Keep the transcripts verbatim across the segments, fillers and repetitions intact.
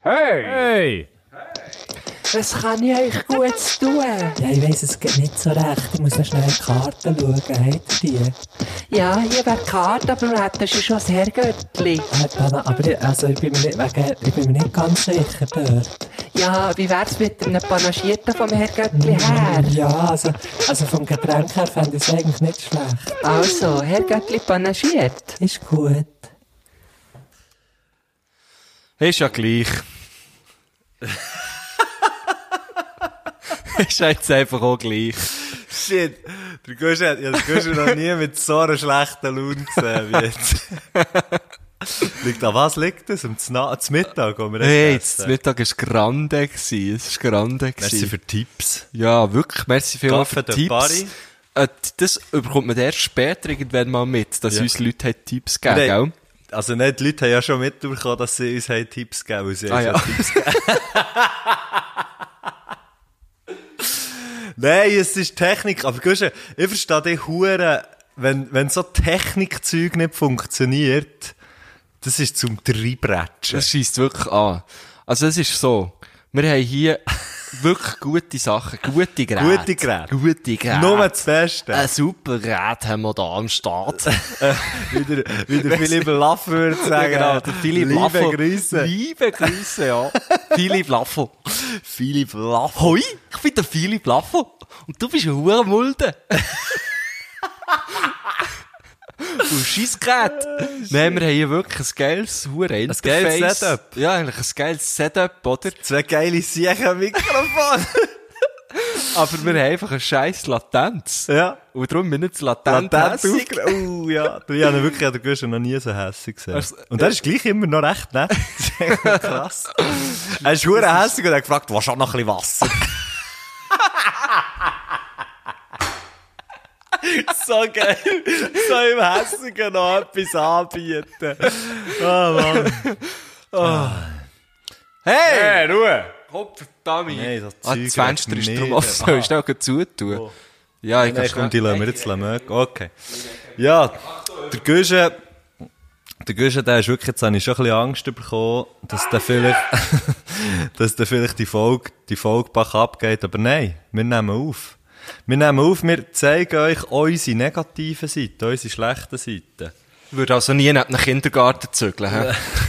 Hey! Hey! Was kann ich euch Gutes tun? Ja, ich weiss es geht nicht so recht. Ich muss noch schnell in die Karten schauen. Habt ihr die? Ja, hier wäre die Karte, aber wir hätten schon das Herrgöttli. Äh, aber ich, also ich, bin mir nicht, wegen, ich bin mir nicht ganz sicher dort. Ja, wie wär's mit einem Panagierten vom Herrgöttli her? Ja, also, also vom Getränk her fände ich es eigentlich nicht schlecht. Also, Herrgöttli panagiert. Ist gut. Ist ja gleich. Ist jetzt einfach auch gleich. Shit. Der Guschen hat, ja, der Guschen noch nie mit so einer schlechten Laune gesehen wie jetzt. Liegt an was liegt das? Am Zna- zum Mittag, wo wir Hey, essen? das Mittag war grande gewesen. Es war grande Merci gewesen. für Tipps. Ja, wirklich. Merci vielmals für Café de Tipps. Paris. Äh, das bekommt man erst später irgendwann mal mit, dass Ja. uns Leute haben Tipps geben, Nein. gell? Also nicht, die Leute haben ja schon mitbekommen, dass sie uns haben Tipps geben, weil sie Ah, uns ja. ja Tipps geben. Nein, es ist Technik, aber Guschen, ich verstehe dich hure, wenn, wenn so Technikzeug nicht funktioniert, das ist zum Dreibretschen. Das scheisst wirklich an. Also es ist so, wir haben hier wirklich gute Sachen, gute Geräte. Gute Geräte. Gute Geräte. Nur das Beste. Ein super Gerät haben wir da am Start. Wieder, wieder Philipp Laffer würde sagen. Ja, genau, der Philipp Liebe Laffo. Grüße. Liebe Grüße, ja. Philipp Laffo. Philipp Laffer. Hoi, ich bin der Philipp Laffo. Und du bist ein Hurenmulde. Und Scheissgerät. Nein, wir haben hier wirklich ein geiles Huren-Interface. geiles Setup. Ja, eigentlich ein geiles Setup, oder? Zwei geile Siechen Mikrofon. Aber wir haben einfach eine scheiß Latenz. Ja. Und darum bin ich nicht latent Latent hässig. aufge- Oh, ja. Du, ich habe wirklich an der Guschen noch nie so hässig gesehen. Also, Und er ist gleich immer noch recht nett. Das ist echt krass. Er ist hure hässig und hat gefragt, willst du auch noch ein bisschen Wasser? So geil. So im Hässigen noch etwas anbieten. Oh, Mann. Oh. Hey! Hey, Ruhe! Kopfdammi! Nein, so Ah, Zeug das Fenster ist nicht. drum offen. Soll ich schnell zutun? Oh. Ja, ich Nein, kann komm, die lassen wir jetzt mögen. Okay. Ja, der Guschen, der Guschen, der ist wirklich, jetzt habe ich schon ein bisschen Angst bekommen, dass der vielleicht, dass der vielleicht die Folge, die Folge bach abgeht. Aber nein, wir nehmen auf. Wir nehmen auf, wir zeigen euch unsere negativen Seiten, unsere schlechten Seiten. Ich würde also nie neben einem Kindergarten zügeln. He?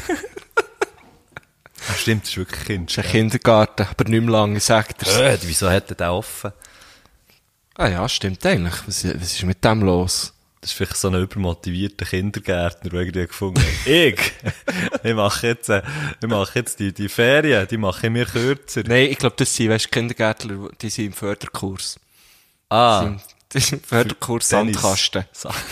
Ach, stimmt, das ist wirklich Kind. Das ist ein Kindergarten, aber nicht mehr lange, sagt er. Äh, wieso hat er den offen? Ah ja, stimmt eigentlich. Was, was ist mit dem los? Das ist vielleicht so ein übermotivierter Kindergärtner, der irgendwie gefunden hat. Ich? Ich mache jetzt, äh, ich mache jetzt die, die Ferien, die mache ich mir kürzer. Nein, ich glaube, das sind, weißt, Kindergärtler, die sind im Förderkurs. Ah. Die sind im Förderkurs Tennis. Sandkasten.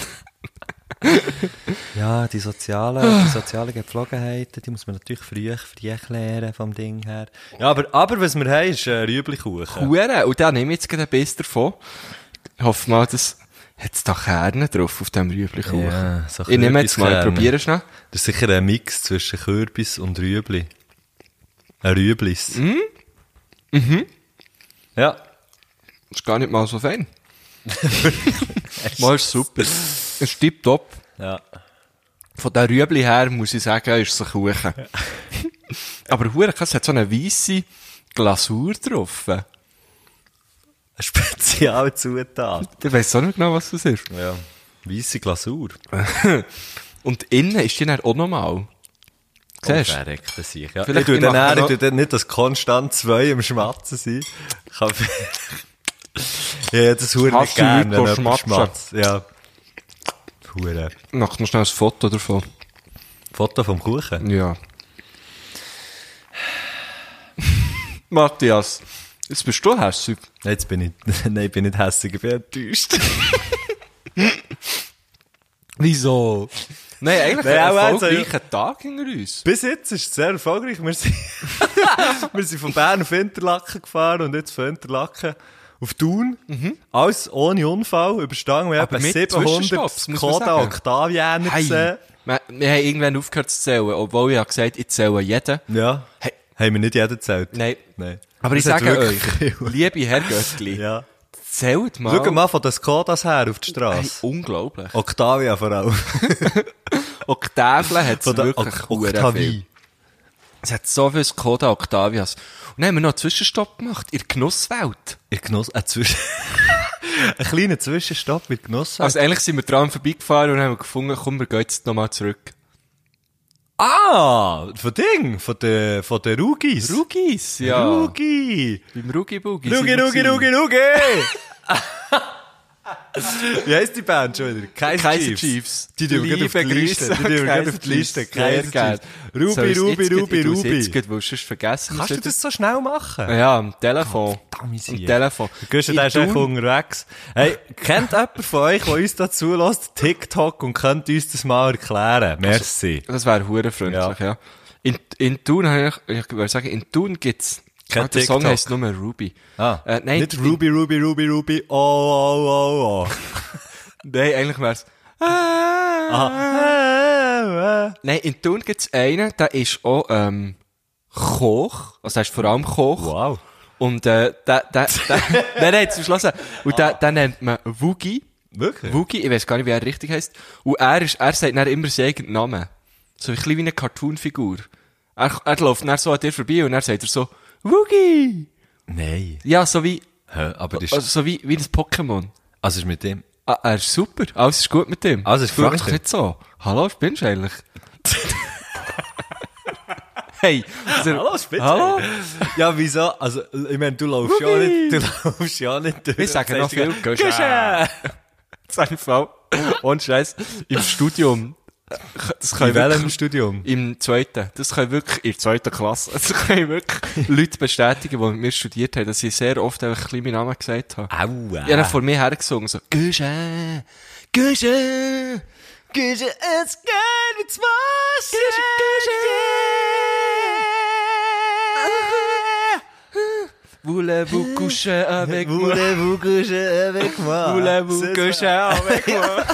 Ja, die sozialen, die sozialen Gepflogenheiten, die muss man natürlich früh, früh erklären vom Ding her. Ja, aber, aber was wir haben, ist äh, Rüeblikuchen. Hure, und da nehme ich jetzt gerade ein Biss davon. Ich hoffe mal, dass hat's da Kerne drauf auf dem Rüeblikuchen. Ja, so Ich nehme jetzt mal, Kürbiskerne. probiere schnell. Das ist sicher ein Mix zwischen Kürbis und Rüebli. Ein Rüeblis. Mhm. Mhm. Ja. Das ist gar nicht mal so fein. Mal ist super. Es ist tipptopp. Ja. Von der Rüebli her, muss ich sagen, ist es ein Kuchen. Aber hure krass, es hat so eine weisse Glasur drauf. Eine Spezialzutat. Ich weiss auch nicht genau, was das ist. Ja. Weisse Glasur. Und innen ist die dann auch nochmal. Siehst du? Verreckt das ich. Ja. Vielleicht ich tue ich dann, mache eher- ich noch- tue dann nicht, dass konstant zwei im Schmatzen sind. Ich habe ja, das Hure nicht Hast du gerne, Leute, wenn die jemand schmatzen? schmatzt. Ja. Hure. Mach noch schnell ein Foto davon. Foto vom Kuchen? Ja. Matthias, jetzt bist du hässig. Nein, jetzt bin ich, nein, ich bin nicht hässig, ich bin enttäuscht. Wieso? Nein, eigentlich Nein, ein auch also, erfolgreicher Tag hinter uns. Bis jetzt ist es sehr erfolgreich. Wir sind, wir sind von Bern auf Interlaken gefahren und jetzt von Interlaken auf Thun. Alles ohne Unfall überstanden. Wir Aber haben mit etwa Zwischenstopps, siebenhundert muss man Skoda sagen. Octavianer Hey, gesehen. wir, wir haben irgendwann aufgehört zu zählen, obwohl ich ja gesagt ich zähle jeden. Ja. Hey. Haben wir nicht jeden gezählt? Nein. Nein. Aber ich Das hat sage euch, wirklich viel. liebe Herr Göttli, Ja. zählt mal. Schau mal von den Skodas her auf die Hey, Straße. unglaublich. Octavia vor allem. Octavle hat es Von der wirklich Ok- hure Octavie. viel. Es hat so viel Skoda Octavias. Und dann haben wir noch einen Zwischenstopp gemacht, in der Genusswelt. Ich Genuss, ein Zwischen... ein kleiner Zwischenstopp mit Genuss. Also eigentlich sind wir dran vorbeigefahren und haben gefunden, komm, wir gehen jetzt nochmal zurück. Ah, von Ding, von den, von den Rugis. Rugis, ja. Rugi. Beim Rugi-Bugi. Rugi, Rugi, Rugi, Rugi. Wie heisst die Band schon wieder? Kaiser, Kaiser Chiefs. Chiefs. Die tun wir auf die Liste. Die tun wir auf die Liste. Kaiser Kaiser Chiefs. Rubi, Rubi, Rubi, Rubi. Jetzt geht, willst du es vergessen? Kannst du das so schnell machen? Ja, am Telefon. Am Telefon. Guschen, der ist echt unterwegs. Hey, kennt jemand von euch, der uns da zulässt, TikTok und könnt uns das mal erklären? Merci. Das wäre hurenfreundlich, ja. ja. In, in Thun, ich, ich würde sagen, in Thun gibt's, Kein ah, der TikTok. Song heisst nur Ruby. Ah, äh, nein, nicht Ruby, Ruby, Ruby, Ruby, oh, oh, oh, oh. Nein, eigentlich wär's, Ah. Nein, in Thun gibt's einen, der ist auch, ähm, Koch, also der ist vor allem Koch. Wow. Und, äh, der, der, der, nein, nein, zum Schluss. Und der, der nennt man Wugi. Wirklich? Wugi, ich weiss gar nicht, wie er richtig heisst. Und er ist, er sagt dann immer seinen eigenen Namen. So ein bisschen wie eine Cartoon-Figur. Er, er läuft dann so an dir vorbei und dann sagt er so, Wugi! Nein. Ja, so wie, Hä, aber das ist, also so wie, wie ein Pokémon. also ist mit dem, Ah, er ist super. Alles ist gut mit dem. Alles ist gut Frag mit dich dem. nicht so. Hallo, was bist du eigentlich? Hey. Also, Hallo, Spitze. Hallo? Ja, wieso? Also, ich meine, du laufst ja nicht, du laufst ja nicht durch. Wir sagen noch viel. Guschen! Das ist Fall. Und Scheiß. Im Studium. Das In können welchem wirklich, Studium? im zweiten. Das können wirklich, in der zweiten Klasse. Das können wirklich Leute bestätigen, die mit mir studiert haben, dass ich sehr oft einfach klein meinen Namen gesagt habe. Aua. Ich habe vor mir hergesungen, so, Guschen, Guschen, Guschen, es geht ins Wasser. Voulez-vous coucher avec moi? Voulez-vous coucher avec moi? Voulez-vous coucher avec moi?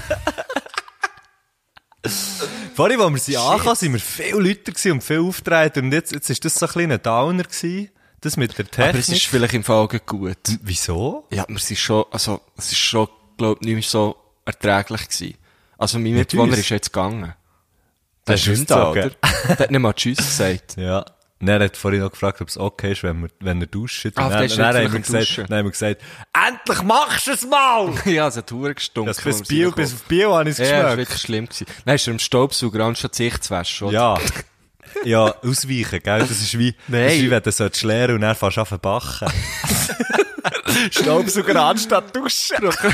Vorhin, als wir sie ankamen, sind wir viel Leute gewesen und viel Auftreten. Und jetzt, jetzt ist das so ein kleiner Downer gewesen. Das mit der Technik. Aber es ist vielleicht im Fall auch gut. Wieso? Ja, wir sind schon, also, es ist schon, glaub, nicht mehr so erträglich gewesen. Also, mein Mit Mitwohner uns? ist jetzt gegangen. Der Der ist ist da, ausgezogen. oder? Der hat nicht mal Tschüss gesagt. Ja. Und er hat vorhin noch gefragt, ob es okay ist, wenn wir, wenn er duscht. Ah, Und der dann, ist dann, nicht haben wir für gesagt, Duschen. dann haben wir gesagt, endlich machst du es mal! Ja, es hat Huren gestunken. Das bis wo wir Bio, reinkommen. bis auf Bio habe ich es Ja, das war geschmeckt. wirklich schlimm gewesen. Dann ist er im Staubsauger anstatt sich zu waschen, oder? Ja. Ja, ausweichen, gell? Das ist wie, Nein. das ist wie wenn du sollst leeren und dann fährst du an zu backen. Staubsauger anstatt duschen.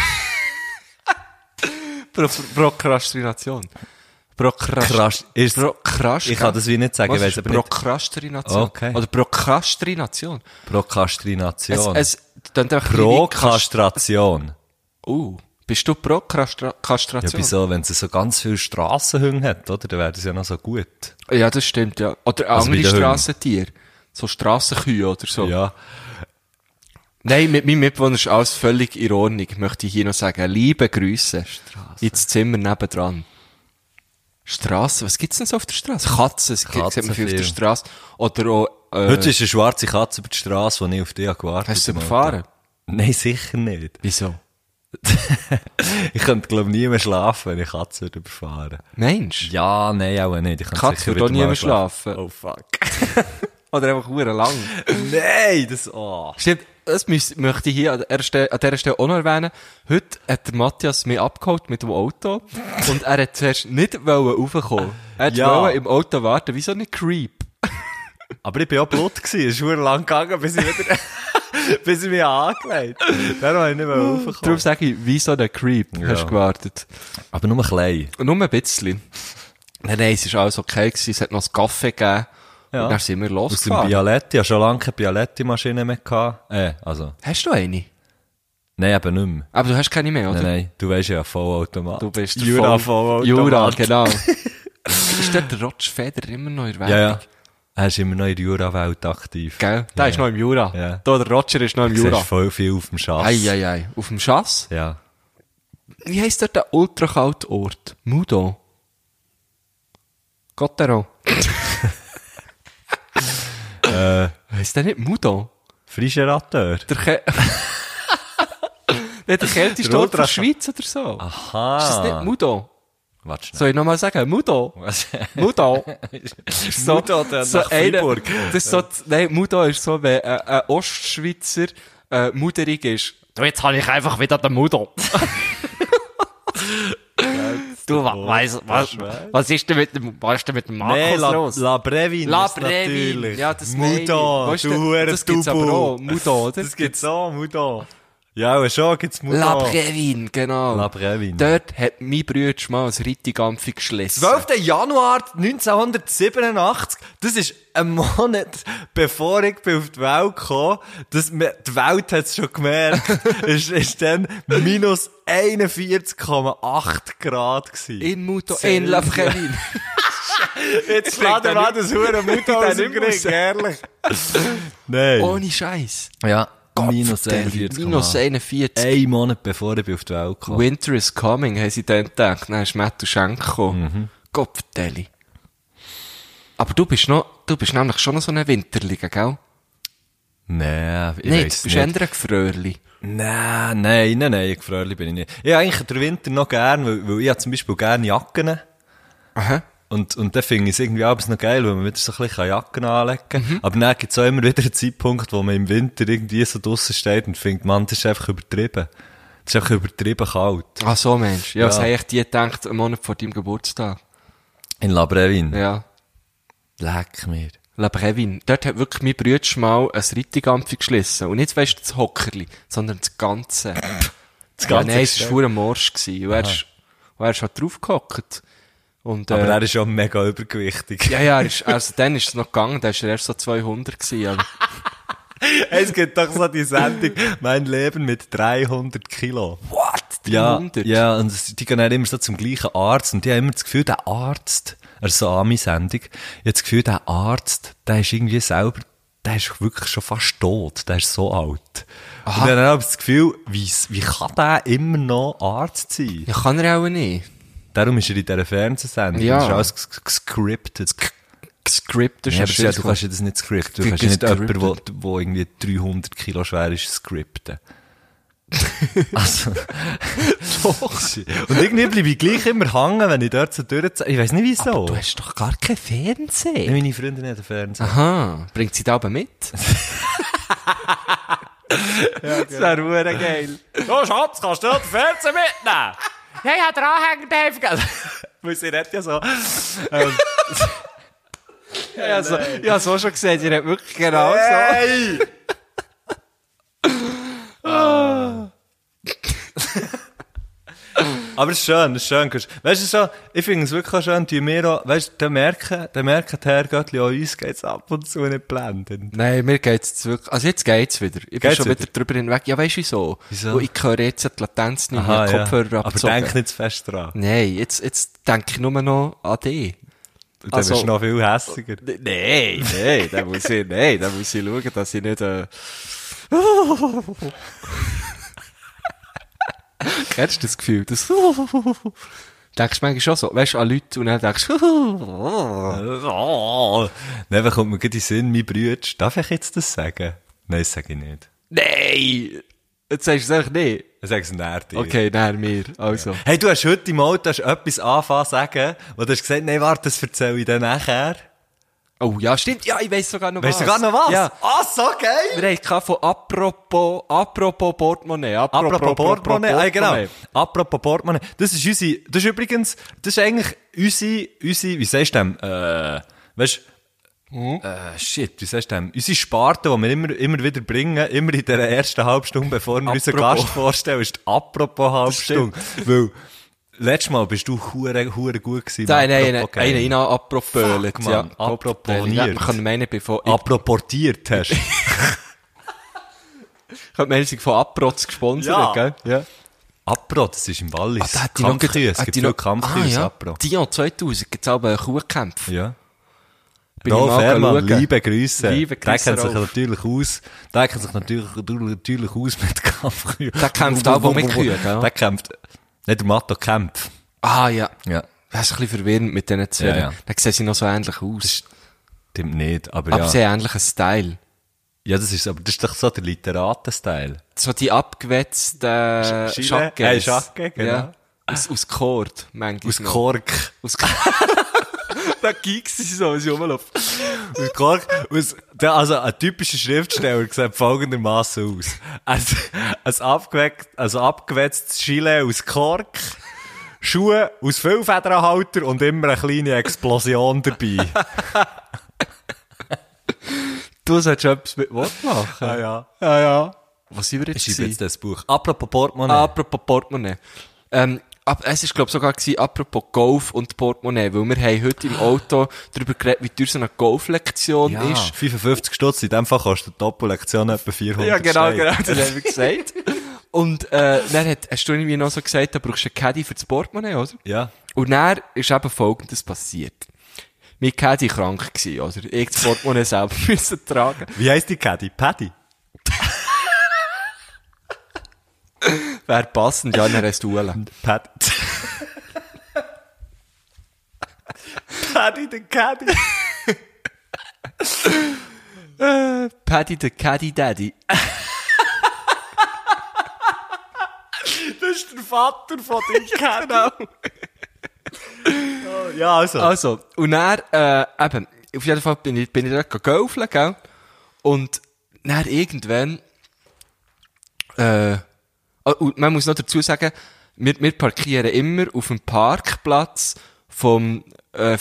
Pro Prokrastination. Prokrast Krass. Ist, Prokrast ich kann das wie nicht sagen, Was ich weiss ist aber nicht. Prokrastination? Okay. Oder Prokrastination. Prokrastination. Es, es, dann einfach ein bisschen wie Kast- Prokastration. Uh, bist du Prokrastination? Ja, wieso? Wenn sie so ganz viele Strassenhunde hat, oder? Dann wäre das ja noch so gut. Ja, das stimmt, ja. Oder Also bei andere den Hunden. Strassentiere. So Strassenkühe oder so. Ja. Nein, mit meinem Mitwohner ist alles völlig in Ordnung, möchte ich hier noch sagen. Liebe Grüße. Ins Zimmer nebendran. Strasse, was gibt's denn so auf der Straße? Katzen, das sieht man viel auf der viel. Straße. Oder auch, äh, Heute ist eine schwarze Katze über die Straße, die ich auf dich gewartet hast du sie habe. überfahren? Nein, sicher nicht. Wieso? Ich könnte, glaube ich, nie mehr schlafen, wenn ich Katze würde überfahren. Mensch. Ja, nein, auch nicht. Ich könnte Katze sicher würde auch wieder nie mal mehr schlafen. Oh, fuck. Oder einfach hure lang. Nein, das, oh. Stimmt, das müß, möchte ich hier an dieser, Stelle, an dieser Stelle auch noch erwähnen. Heute hat der Matthias mich abgeholt mit dem Auto und er hat zuerst nicht wollen raufkommen. Er hat Ja. wollen im Auto warten, wie so ein Creep. Aber ich bin auch blut gewesen. Es ist verdammt lang gegangen, bis ich wieder, bis ich mich angelegt habe. Darum habe ich nicht mehr Darum raufgekommen. sage ich, wie so ein Creep Ja. hast du gewartet. Aber nur klein. Und nur ein bisschen. Nein, nein, es war alles okay gewesen. Es hat noch einen Kaffee gegeben. Ja. Und dann sind wir Aus dem losgefahren. Bialetti. Ich habe schon lange keine Bialetti-Maschine mehr gehabt. Äh, also. Hast du eine? Nein, eben nicht mehr. Aber du hast keine mehr, oder? Nein, nein. Du weisst ja, Vollautomat. Du bist der Jura Voll- Vollautomat. Jura, genau. Ist dort der Roger Federer immer noch in der Ja, Werbung? ja. Er ist immer noch in der Jura-Welt aktiv. Gell? Der Ja. ist noch im Jura. Ja. Da, der Roger ist noch im Du Jura. siehst voll viel auf dem Schass. Ei, ei, ei. Auf dem Schass? Ja. Wie heisst dort der ultrakalte Ort? Mudo? Gottero? Äh, Heisst der nicht Mudo? Frischerateur. Der Ke Nicht der kälteste Der Ort der Ultra- Schweiz oder so. Aha. Ist das nicht Mudo? Warte schnell. Soll ich nochmal sagen? Mudo. Was? Mudo. So, Mudo, der so nach einer, Freiburg. das ist so, nein, Mudo ist so, wenn ein, ein Ostschweizer äh, muderig ist. Du, jetzt habe ich einfach wieder den Mudo. Du, weißt, was, was ist denn mit dem, was ist denn mit dem Markus Nee, La, los? La Brevin La ist Brevin. natürlich. Ja, das Mudo, meine ich. Weißt du du, Huren das gibt's aber auch. Tubu. Mudo, oder? Das gibt's auch, Mudo. Ja, aber schon gibt's Mudo. La Brevin, genau. La Brevin. Dort hat mein Bruder mal ein Rittigampfi geschlissen. zwölfter Januar neunzehnhundertsiebenundachtzig, das ist ein Monat, bevor ich bin auf die Welt kam, das, die Welt hat es schon gemerkt, ist, ist dann minus einundvierzig Komma acht Grad gewesen. In Mudo, in La Brevin. Jetzt laden wir das hure Mudo aus dem Krieg, ehrlich. Nein. Ohne Scheiß. Ja, Gott, minus verdammt, einundvierzig. Minus einundvierzig. Ein Monat bevor ich bin auf die Welt kam. Winter is coming, haben sie dann gedacht. Dann ist Matt und Schenk gekommen. Mhm. Gott, vertelle. Aber du bist noch, du bist nämlich schon noch so ein Winterliga, gell? Nein, ich Nicht, weiss bist du eher ein Gefröhrli. Nein, nein, nein, nein, Gefröhrli bin ich nicht. Ich habe eigentlich den Winter noch gern, weil, weil ich habe zum Beispiel gerne Jacken. Aha. Und, und dann finde ich es irgendwie abends noch geil, weil man wieder so ein bisschen Jacken anlegen kann. Mhm. Aber dann gibt es auch immer wieder einen Zeitpunkt, wo man im Winter irgendwie so draussen steht und findet, Mann, das ist einfach übertrieben. Das ist einfach übertrieben kalt. Ach so, Mensch. Ja, Ja. was habe ich die gedacht, einen Monat vor deinem Geburtstag? In La Brevin. Ja. Leck mir. La Brevin. Dort hat wirklich mein Bruder mal ein Rittigampfi geschlissen. Und nicht, weisst du, das Hockerli, sondern das Ganze. Das Ja, Ganze nein, es ist war verdammt ein Morsch gewesen. Und er ist, und er ist halt draufgehockt. Und, äh, Aber er ist schon mega übergewichtig. ja, ja, er ist, also dann ist es noch gegangen, da war er erst so zweihundert gewesen. Aber Es gibt doch so die Sendung, mein Leben mit dreihundert Kilo. what? Ja, dreihundert? ja, und es- die gehen dann immer so zum gleichen Arzt. Und die haben immer das Gefühl, der Arzt, also so Ami-Sendung, ich habe das Gefühl, der Arzt, der ist irgendwie selber, der ist wirklich schon fast tot. Der ist so alt. Aha. Und ich habe dann auch das Gefühl, wie, wie kann der immer noch Arzt sein? Ja, kann er auch nicht. Darum ist er in dieser Fernsehsendung. Ja. Das ist alles ges- gescriptet. Gescriptet ist Ja, ein aber ja, du Schiss. kannst ja das nicht scripten. Du Ge- kannst ja nicht gescriptet. jemanden, der wo irgendwie dreihundert Kilo schwer ist, scripten. Also. Doch. Und irgendwie bleibe ich gleich immer hängen, wenn ich dort so durchziehe. Ich weiss nicht wieso. Du hast doch gar kein Fernsehen. Nein, meine Freundin hat einen Fernseher. Aha. Bringt sie da aber mit? Das wäre verdammt geil. Oh, Schatz, kannst du den Fernseher mitnehmen? Ja, ich habe den Anhänger daheim vergessen. Weil sie redet ja so. Ähm, Ja, so, ich habe es auch schon gesehen, sie hat wirklich genau so. hey! Aber es ist schön, es ist schön. Weißt du, so, ich finde es wirklich auch schön, die wir auch, weißt du, da merken, da merken die Herrgöttli auch uns geht's ab und zu nicht blendend. Nein, mir geht's jetzt wirklich, also jetzt geht's wieder. Ich bin Geht's schon wieder? wieder drüber hinweg. Ja, weisst du wieso? Wieso? Wo ich höre jetzt die Latenz nicht Aha, mehr, ja. Kopfhörer Aber abgezogen. denk nicht zu fest dran. Nein, jetzt, jetzt denke ich nur noch an dich. Und dann Also- bist du noch viel hässiger. Nein, nein, da muss ich, nein, da muss ich schauen, dass ich nicht, äh... Kennst du das Gefühl? Das denkst du manchmal schon so, weißt du, an Leute und dann denkst du, Oh. Nein, kommt mir gerade in den Sinn, mein Bruder, darf ich jetzt das sagen? Nein, das sage ich nicht. nein! Jetzt sagst du es einfach nicht. Ich sage es näher dir. Okay, nein, mir, also. Hey, du hast heute im Auto hast etwas angefangen zu sagen, wo du hast gesagt, nein, warte, das erzähle ich dann nachher. Oh ja, stimmt, ja, ich weiss sogar noch Weißt was. du sogar noch was? Ja. Ah, so geil! Wir hatten von apropos, apropos Portemonnaie. Apropos Portemonnaie, ah, genau. Apropos Portemonnaie. Das ist unsere, das ist übrigens, das ist eigentlich unsere, unsere, wie sagst du dem, äh, weißt Hm? äh, shit, wie sagst du dem, unsere Sparte, die wir immer, immer wieder bringen, immer in dieser ersten Halbstunde, bevor wir unseren Apropos. Gast vorstellen, ist die Apropos Halbstunde. Weil, letztes Mal bist du hure, hure gut gewesen. Nein, nein, Apropos nein, Game. einen einen apropölet, Fuck, ja. Mann, aproponiert. Ja, man kann meinen, bevor, ich Aproportiert hast. könnte meinen, sie von Aproz gesponsert, Ja. gell? Ja. Apro, das ist im Wallis. Ah, da hat die noch Kampfkühe, es hat gibt die viele noch- Kampfkühe ah, aus ja. Apro. Dion zweitausend gibt's auch einen Kuhkämpf. Ja. Bin Rolf ich mal Herrmann, schauen. liebe Grüße. Liebe Der Grüße, kennt sich Rolf. natürlich aus, der kennt sich natürlich, natürlich aus mit Kampfkühe. Der kämpft auch mit Kühen, gell? Der kämpft, nicht der Matto kämpft. Ah, ja. Ja. Das ist ein bisschen verwirrend mit diesen zwei. Ja, ja. Da sehen sie noch so ähnlich aus. Stimmt nicht, aber, Aber ja. sie haben ähnlichen Style. Ja, das ist, aber das ist doch so der Literaten-Style. So die abgewetzten Sch- Chile? Schackes. Hey, Schacke, genau. Ja. Aus, aus Kord, manchmal. Aus noch. Kork. Aus Kork. Da ging's sie so, als ich rumlaufe. Aus Kork. Aus, der, also, ein typischer Schriftsteller sieht folgendermaßen aus. Ein, ein, abgeweckt, also abgewetztes Gilet aus Kork, Schuhe aus Füllfedernhalter und immer eine kleine Explosion dabei. Du solltest etwas mit Wort machen. Ja, ja. Ja, ja. Was sind wir jetzt? Ich schreibe jetzt das Buch. Apropos Portemonnaie. Apropos Portemonnaie. Ähm, ab, es war, glaube ich, sogar gewesen, apropos Golf und Portemonnaie, weil wir haben heute im Auto darüber geredet, wie teuer so eine Golflektion ja, ist. fünfundfünfzig Stutz, in dem Fall kostet die Doppellektion etwa vierhundert Ja, genau, Steine. genau, das haben wir gesagt. Und, äh, dann hat, hast du irgendwie noch so gesagt, da brauchst du einen Caddy für das Portemonnaie, oder? Ja. Und dann ist eben Folgendes passiert. Mein Caddy krank gewesen, oder? Ich das Portemonnaie selber müssen tragen. Wie heisst die Caddy? Paddy? Wäre passend, ja, dann heisst du Ulla. Paddy. Paddy the Caddy. Äh, Paddy the Caddy Daddy. Das ist der Vater von dem Caddy. Genau. Oh, ja, also. Also, und dann, äh, eben, auf jeden Fall bin ich, bin ich dort golfen, gell? Und dann irgendwann, äh, und man muss noch dazu sagen, wir, wir parkieren immer auf dem Parkplatz vom, äh,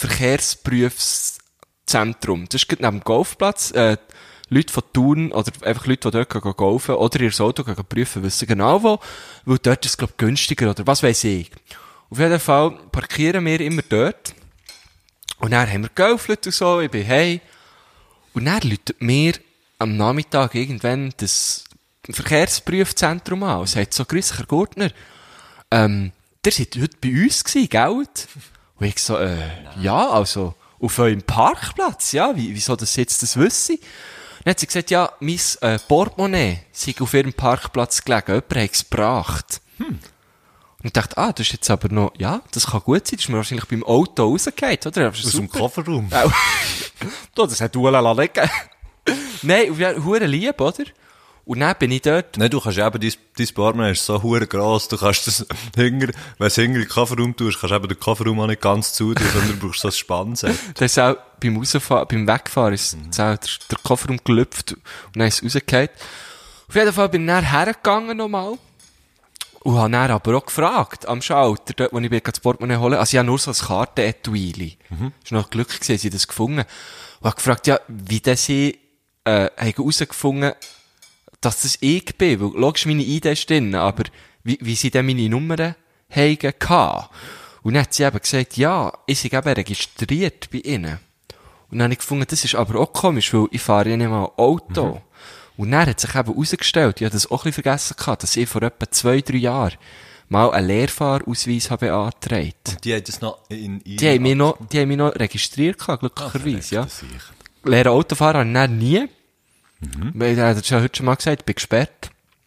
Verkehrsprüfzentrum. Das ist gerade neben dem Golfplatz, äh, Leute von Thun, oder einfach Leute, die dort gehen golfen, oder ihr Auto gehen prüfen, wissen genau wo, weil dort ist es, glaub ich, günstiger, oder was weiss ich. Auf jeden Fall parkieren wir immer dort. Und dann haben wir geöffnet und so, ich bin hey. Und dann läutet mir am Nachmittag irgendwann das Verkehrsprüfzentrum an und sagt so, grüß dich, Herr Gurtner, ähm, der seid heute bei uns gewesen, gell? Und ich so, äh, ja, also, auf eurem Parkplatz, ja, wie, wieso das jetzt das wüsste? Dann hat sie gesagt, ja, mein äh, Portemonnaie sei auf ihrem Parkplatz gelegen, jemand hat es gebracht. Hm. Und ich dachte, ah, das ist jetzt aber noch, ja, das kann gut sein, das ist mir wahrscheinlich beim Auto rausgefallen, oder? Aus dem Kofferraum. Ja, das hat Ulla liegen. Nein, auf jeden Fall hure lieb, oder? Und dann bin ich dort. Nein, du kannst eben, dein, dein Portemonnaie ist so hure gross, du kannst das hinger, wenn du es hinger in den Kofferraum tust, kannst du eben den Kofferraum auch nicht ganz zutun, sondern du brauchst so ein Spannset. Das ist auch beim Rausfahren, beim Wegfahren ist mhm. auch der, der Kofferraum gelüpft und dann ist es rausgefallen. Auf jeden Fall bin ich dann hergegangen nochmal. Und habe dann aber auch gefragt, am Schalter, dort, wo ich das Portemonnaie holen. Also ich habe nur so ein Kartenetui. Mhm. Es war noch Glück gewesen, dass ich das gefunden habe. Und habe gefragt, ja, wie das sie, äh, haben herausgefunden, dass das ich bin. Weil, logisch, meine I D ist drin, aber wie, wie sie denn meine Nummern haben gehabt. Und dann hat sie eben gesagt, ja, ich sei eben registriert bei ihnen. Und dann habe ich gefunden, das ist aber auch komisch, weil ich fahre ja nicht mal Auto. Mhm. Und dann hat sich eben herausgestellt, ich habe das auch ein bisschen vergessen gehabt, dass ich vor etwa zwei, drei Jahren mal einen Lehrfahrausweis habe beantragt. Und die haben das noch in, in die haben mich noch, die haben mich noch registriert gehabt, glücklicherweise, ja. Lehren Autofahren habe ich dann nie. Mhm. Weil, er hat ja heute schon mal gesagt, ich bin gesperrt.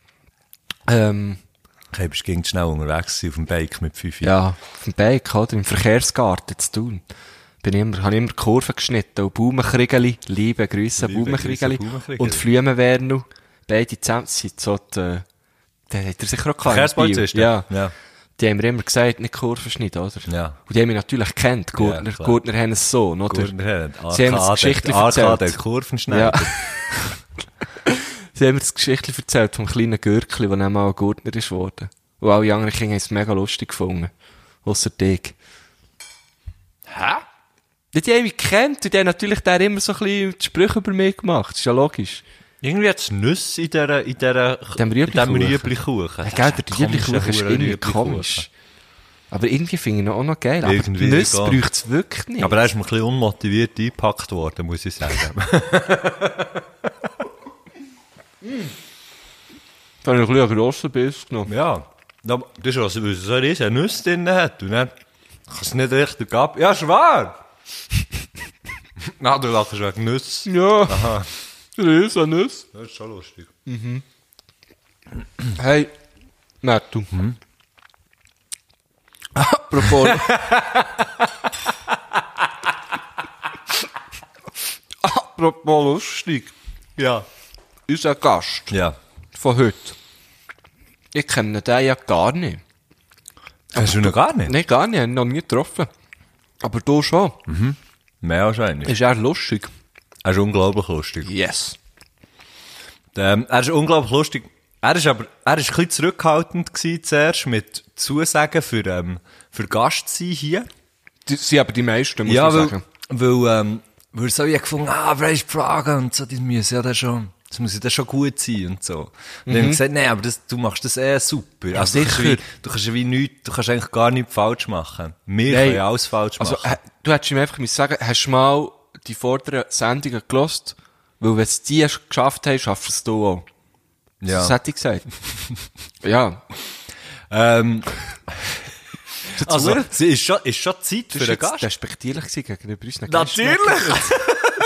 Ähm. Okay, bist du gegen schnell unterwegs auf dem Bike mit fünf Jahren? Ja, auf dem Bike, oder? Im Verkehrsgarten zu tun. Bin immer, habe immer Kurven geschnitten und Baumenkriegeli, liebe Grüße, Baumenkriegeli und Flümenwernu, beide zusammen, sind so die, den hat er sicher auch gehabt. Verkehrspolizist? Ja. Ja. Die haben mir immer gesagt, nicht Kurven schneiden, oder? Ja. Und die haben mich natürlich gekannt, Gurtner, ja, Gurtner haben es so, oder? Gurtner haben Sie haben mir das Geschichtchen erzählt. A K, der Kurvenschneider. Ja. Sie haben mir das Geschichtchen erzählt vom kleinen Gürkli, der dann mal ein Gurtner ist worden. Und alle anderen Kinder haben es mega lustig gefunden. Ausser dich. Hä? Die haben mich gekannt und die haben natürlich der immer so ein bisschen die Sprüche über mich gemacht. Das ist ja logisch. Irgendwie hat es Nüsse in dieser, in dieser, in dem Rüebli-Kuchen. Ja, gell, der Rüebli-Kuchen ist irgendwie komisch. Aber irgendwie finde ich ihn auch noch geil. Aber irgendwie Nüsse braucht es wirklich nicht. Aber er ist mir ein bisschen unmotiviert eingepackt worden, muss ich sagen. Da habe ich ein bisschen einen grossen Biss genommen. Ja. Das ist was, weil es so eine riesige Nüsse drin hat. Und dann kann es nicht richtig ab. Ja, schwer! Na, du lachst wegen Nüsse. Ja. Aha. Riesen Nüsse. Das ist schon lustig. Mhm. Hey, Mertu. Mhm. Apropos. Apropos lustig. Ja. Unser Gast. Ja. Von heute. Ich kenne den ja gar nicht. Hast du noch gar nicht? Nein, gar nicht, ich habe ihn noch nie getroffen. Aber du schon. Mehr wahrscheinlich. Ist er lustig? Er ist unglaublich lustig. Yes. Ähm, er ist unglaublich lustig. Er ist aber, er ist ein bisschen zurückhaltend gewesen zuerst mit Zusagen für, ähm, für Gast sein hier. Das sind aber die meisten, muss ja, man weil, sagen. weil, ähm, weil so wie gefunden, ah, aber ist Fragen und so, die müssen ja dann schon, das muss ja dann schon gut sein und so. Und dann haben wir gesagt, nee, aber das, du machst das eh super. Ja, also, sicher. Du kannst, wie, du kannst ja wie nichts, du kannst eigentlich gar nichts falsch machen. Wir Nein. können ja alles falsch machen. Also, äh, du hättest ihm einfach müssen sagen, hast du mal die vorderen Sendungen gelost? Weil wenn es die hast geschafft hast, schaffst du es du auch. ja. Das hätte ich gesagt. Ja. Ähm, also, Zuhören? sie ist schon, ist schon Zeit für Das einen war Gast. respektierlich gewesen gegenüber unseren Natürlich! Gästen.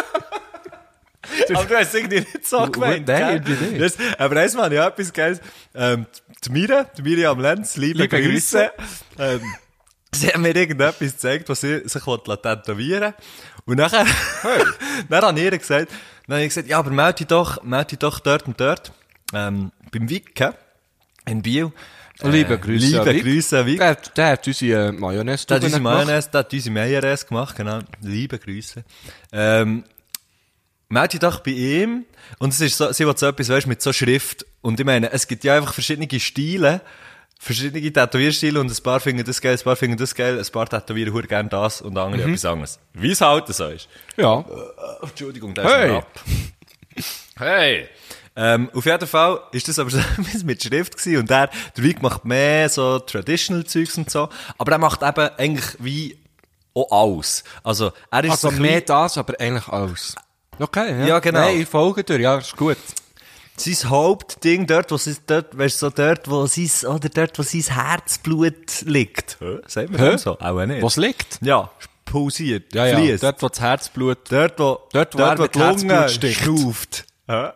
Aber du hast es irgendwie nicht so gemeint. Nein, gell? irgendwie nicht. Das, aber einmal habe ich auch etwas Geiles. Ähm, die Mira, die Miriam Lenz, liebe, Liebe Grüße. Ähm, sie hat mir irgendetwas gezeigt, was sie sich tätowieren will. Und nachher, dann habe ich ihr gesagt, dann habe ich gesagt, ja, aber melde dich doch, melde dich doch dort und dort, ähm, beim Wicken, in Biel. Liebe Grüße Liebe an Wick. Grüße an Wick. Der, der hat unsere äh, Mayonnaise Der hat unsere gemacht. Mayonnaise, der hat unsere Mayonnaise gemacht, genau. Liebe Grüße. Ähm, melde dich doch bei ihm. Und es ist so, sie will so etwas, weißt, mit so Schrift. Und ich meine, es gibt ja einfach verschiedene Stile, verschiedene Tätowierstile, und ein paar finden das geil, ein paar finden das geil, ein paar tätowieren hure gerne das und andere etwas anderes. Wie es halt so ist. Ja. Oh, Entschuldigung, der Hey. ist noch ab. Hey! Ähm, auf jeden Fall ist das aber so etwas mit Schrift gewesen, und der, der Week macht mehr so Traditional-Zeugs und so, aber er macht eben eigentlich wie auch alles. Also, er ist Also so ein mehr bisschen- das, aber eigentlich alles. Okay, ja. Ja, genau. Nein, ich folge dir, ja, ist gut. sein Hauptding dort, wo sie, dort, weißt du, so dort, wo sein, oder dort, wo sein Herzblut liegt. Hä? Sagt man Hä? das so? Auch nicht. Was liegt? Ja, pulsiert, Ja, ja. fließt. Dort, wo das Herzblut... Dort, wo, Dort, wo er mit die Lunge Herzblut sticht. schnauft. Hä?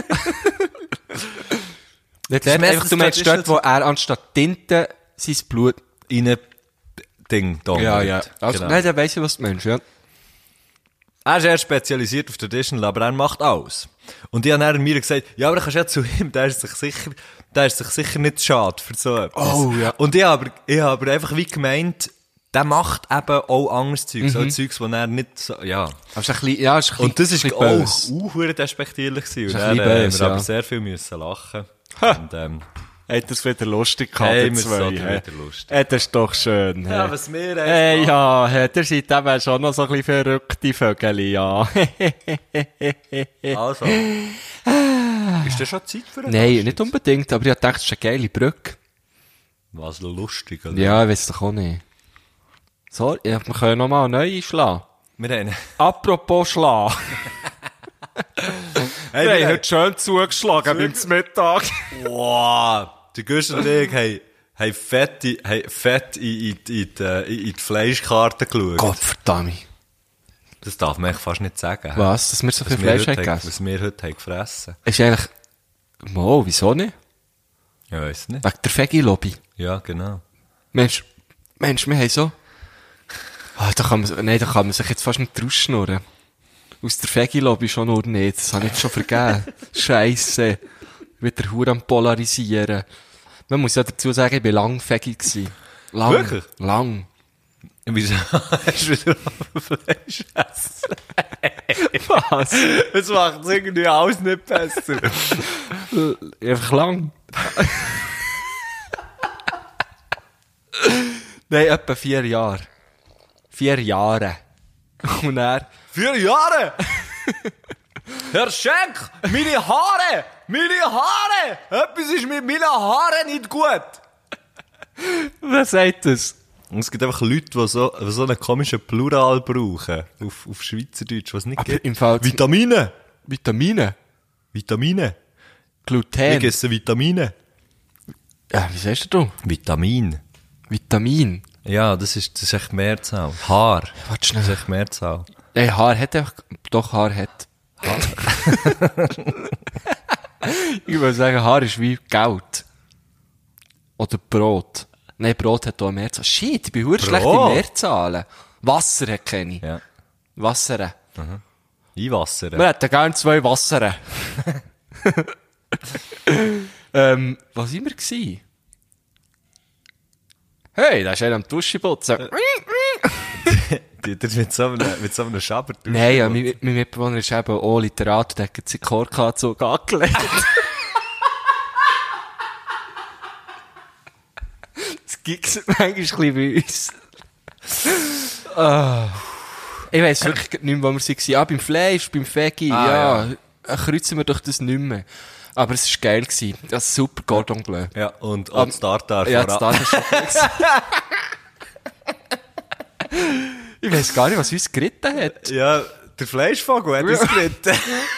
Nicht Das dort, einfach, du meinst Traditional- dort, wo er anstatt Tinte sein Blut... In ein Ding, da. Ja, ja. Also, Genau. nein, der weiss ja, was du meinst, ja. Er ist eher spezialisiert auf Traditional, aber er macht alles. Und ich habe dann mir gesagt, ja, aber du kannst ja zu ihm, der ist sich sicher, der ist sich sicher nicht schade für so etwas. Oh, ja. Und ich habe aber, ich habe aber einfach wie gemeint, der macht eben auch anderes Zeugs, Mhm. auch Zeugs, wo er nicht so, ja. Aber ist ein bisschen, ja, ist ein bisschen, Und das ist ein auch bisschen böse. uh, despektierlich gewesen. Und Ist dann ein äh, bisschen haben böse, wir aber ja. sehr viel müssen lachen. Ha. Und, ähm, Hat das wieder lustig gehabt, Hey, die wir zwei, sind hä? wieder lustig. Äh, das ist doch schön, hä? ja, was wir Äh, äh, ja, hä, ihr seid eben schon noch so ein bisschen verrückte Vögel, ja. Also. Ist das schon Zeit für einen Nein, Gast nicht jetzt? unbedingt, aber ich dachte, das ist eine geile Brücke. Was lustig, oder? Ja, ich weiss doch auch nicht. So, ja, wir können noch mal eine neue schlagen. Wir haben, Apropos schlagen. hey, Wir wir haben heute schön zugeschlagen beim Mittag. Wow! Der Gustav und ich haben, haben fett, in- haben fett in, in, in, in, die, in die Fleischkarte geschaut. Gott verdammt. Das darf man eigentlich fast nicht sagen. Was? Dass wir so viel Was wir Fleisch heute haben haben- gegessen? Was wir heute haben gefressen. Ist eigentlich... Mo, wieso nicht? Ja, weiss nicht. Wegen der Veggie-Lobby. Ja, genau. Mensch, Mensch, wir haben so... Ah, da kann man, nein, da kann man sich jetzt fast nicht rausschnurren. Aus der Veggie-Lobby schon nur nicht. Das habe ich jetzt schon vergeben. Scheisse. Wieder Hure am Polarisieren. Man muss ja dazu sagen, ich war lang Veggie gewesen. Lang. Wirklich? Lang. Wieso hast du wieder Fleisch essen? Was? Das macht irgendwie alles nicht besser. Einfach lang. Nein, etwa vier Jahre. Vier Jahre. Und er... Vier Jahre! Herr Schenk, meine Haare! Meine Haare! Etwas ist mit meinen Haaren nicht gut! Wer sagt das? Und es gibt einfach Leute, die so, die so einen komischen Plural brauchen. Auf, auf Schweizerdeutsch, was es nicht Aber gibt. im Fall... Vitamine! Vitamine. Vitamine! Wir Gluten. essen Vitamine. Ja, wie sagst du? Vitamin. Vitamin. Ja, das ist, das ist echt Mehrzahl. Haar. Warte Das schnell. ist echt Mehrzahl. Nein, Haar hat einfach... Doch, Haar hat. Ich würde sagen, Haar ist wie Geld. Oder Brot. Nein, Brot hat auch eine Mehrzahl. Shit, ich bin verdammt schlecht Brot? in Mehrzahlen. Wasser hat keine. Ja. Wasser. Einwasser. Wir hätten gerne zwei Wasser. ähm, was waren wir gewesen? Hey, da ist einer am Duschenputzen. Die, die mit so einem, mit so einem Schaber. Nein, ja, mein, mein Mitbewohner ist eben auch Literat und hat seinen Korkanzug angelegt. Das gibt es manchmal ein bisschen bei uns. Oh. Ich weiss wirklich nicht mehr, wo wir waren. Ah, beim Fleisch, beim Veggie, Ah, ja. ja. Kreuzen wir doch das nicht mehr. Aber es war geil gewesen. Das ist super Cordon Bleu. Ja, und, und um, das Tartar Ja, das Tartar ist schon gut gewesen. Ich weiss gar nicht, was uns geritten hat. Ja, der Fleischvogel hat uns geritten.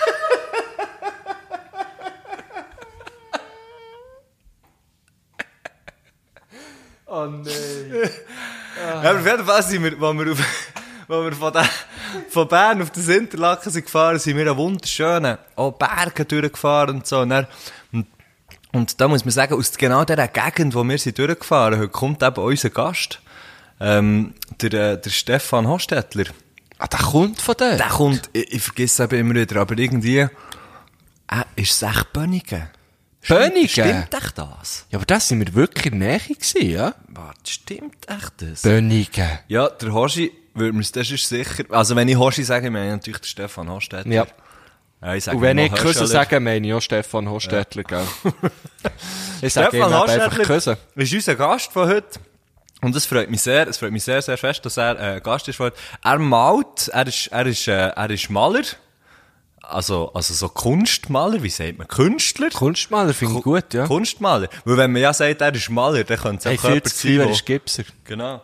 Oh nein. Ja, aber auf jeden Fall sind wir, wo wir, auf, wo wir von, der, von Bern auf das Interlaken sind gefahren, sind wir einen wunderschönen auch Berge durchgefahren und so. Und, dann, und, und da muss man sagen, aus genau dieser Gegend, wo wir sind durchgefahren, heute kommt eben unser Gast, ähm, der, der Stefan Hostetler. Ah, der kommt von dort? Der kommt, ich, ich vergesse es eben immer wieder, aber irgendwie, äh, ist es echt Bönigen? Bönigen? Stimmt echt das? Ja, aber das sind wir wirklich in der Nähe gewesen, ja? Warte, stimmt echt das? Bönigen. Ja, der Hoshi, würde mir das ist sicher, also wenn ich Hoshi sage, meine ich natürlich den Stefan Hostetler. Ja. Ja, ich sage Und wenn mal ich Küsse Höschler. sage, meine ich auch Stefan Hostetler, gell? Ich sage ihm Stefan aber einfach Hostetler Küsse. ist unser Gast von heute. Und es freut mich sehr, es freut mich sehr, sehr fest, dass er äh, Gast ist von heute. Er malt, er ist, er ist, äh, er ist Maler. Also, also so Kunstmaler, wie sagt man? Künstler? Kunstmaler finde ich gut, ja. Kunstmaler. Weil wenn man ja sagt, er ist Maler, dann könnte es Ich auch fühle jemand das Gefühl, sein, er wo- ist Gipser. Genau.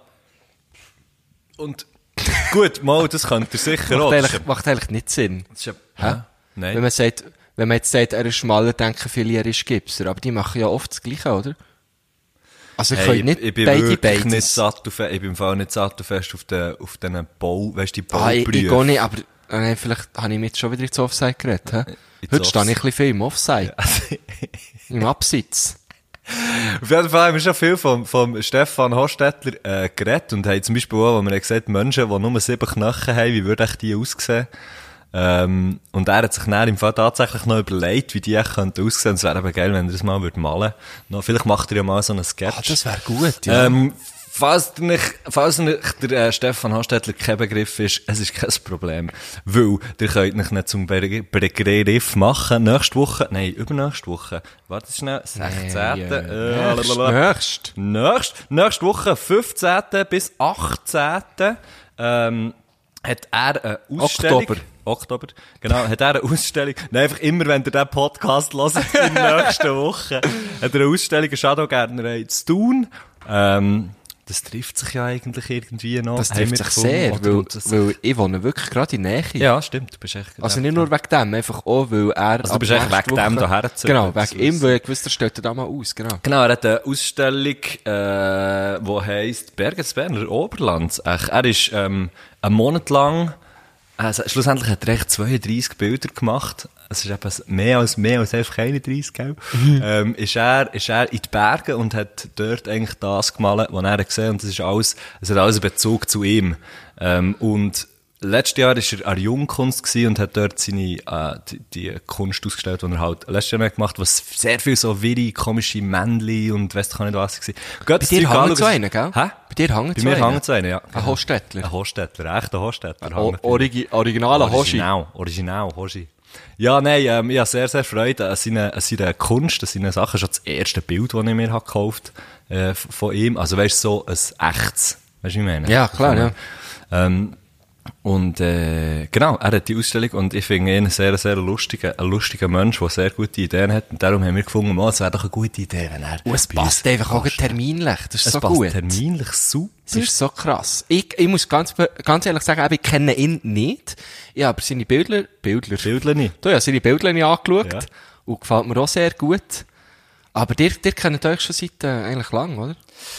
Und, gut, mal, das könnte er sicher auch. Macht Das ist eigentlich, macht eigentlich nicht Sinn. Das ist ja, Hä? ja, nein. Wenn man sagt, wenn man jetzt sagt, er ist Schmaler, denken viele, er ist Gipser. Aber die machen ja oft das Gleiche, oder? Also, ich Hey, kann nicht ich bin beide wirklich beides. nicht sattelfest, ich bin im Fall nicht sattelfest auf den, auf den Bau, weißt du, die Ah, ich, ich Bauberufe. gehe nicht, aber äh, nein, vielleicht habe ich mich jetzt schon wieder ins Offside geredet. Hä? Ins Heute stehe ich Offs- ein bisschen viel im Offside. Im Absitz. Auf jeden Fall haben wir schon viel vom, vom Stefan Hostetler äh, geredet und haben zum Beispiel auch, wo wir gesagt haben, Menschen, die nur sieben Knochen haben, wie würde echt die aussehen? Ähm, und er hat sich dann im Fall tatsächlich noch überlegt, wie die echt könnten aussehen. Es wäre eben geil, wenn er das mal würde malen würde. Vielleicht macht er ja mal so einen Sketch. Ah, das wäre gut, ja. Ähm, falls der nicht, falls nicht der äh, Stefan Hostetler kein Begriff ist, es ist kein Problem. Weil, ihr könnt nicht, nicht zum Be- Begriff machen. Nächste Woche, nein, übernächste Woche. Warte schnell, sechzehnten Äh, Nächst, blablabla. nächst. Nächst, nächste Woche, fünfzehnten bis achtzehnten Ähm, hat er eine Ausstellung. Oktober. Oktober. Genau, hat er eine Ausstellung. Nein, einfach immer, wenn ihr diesen Podcast hört, in der nächsten Woche, hat er eine Ausstellung, eine Shadowgärtnerei zu tun. Ähm, das trifft sich ja eigentlich irgendwie noch. Das Haben trifft wir sich gefunden. sehr, Oder weil, und das- weil ich wohne wirklich gerade in der Nähe. Ja, stimmt, du bist echt... Also nicht nur wegen dem, einfach auch, weil er... Also du ab bist echt nächster wegen dem Woche- daher gezogen, Genau, das wegen ihm, wissen. weil ich gewusst, er stellt er da mal aus, genau. Genau, er hat eine Ausstellung, äh, die heisst Berges Berner Oberland. Ach, er ist ähm, einen Monat lang, also schlussendlich hat er echt zweiunddreissig Bilder gemacht. Es ist eben mehr als, mehr als einfach einunddreissig, gell? ähm, ist er, ist er in die Berge und hat dort eigentlich das gemalt, was er gesehen hat. Und das ist alles, es hat alles einen Bezug zu ihm. Ähm, und letztes Jahr war er an der Jungkunst gewesen und hat dort seine, äh, die, die Kunst ausgestellt, die er halt letztes Jahr noch gemacht hat, was sehr viel so wirre, komische Männchen und weiss doch nicht was war. Bei dir hängen so einen, gell? Hä? Bei dir hängen Bei so mir einen. hängen so einen, ja. Ein Hostetler. Ein Hostetler, echt ein Hostetler. O- hängt bei mir. Origi originaler Hoshi. Original, original, Hoshi. Ja, nein, ähm, ich habe sehr, sehr Freude an seiner, an seiner Kunst, an seinen Sachen. Schon das erste Bild, das ich mir habe gekauft äh, von ihm. Also weißt du, so ein echtes. Weißt du, wie ich meine? Ja, klar, ja. Ähm, und äh, genau, er hat die Ausstellung und ich finde ihn ein sehr, sehr lustiger, ein lustiger Mensch, der sehr gute Ideen hat. Und darum haben wir gefunden, mal, es wäre doch eine gute Idee, wenn er... Und es bei uns passt einfach auch Gast- terminlich. Das ist Es so passt gut. terminlich super. Das ist so krass. Ich, ich muss ganz, ganz ehrlich sagen, eben, ich kenne ihn nicht. Ich habe aber seine Bildler, Bildler, Bildler nicht. Du, ich habe seine Bildler nicht angeschaut. Ja. Und gefällt mir auch sehr gut. Aber dir, dir kennt euch schon seit, äh, eigentlich lang, oder?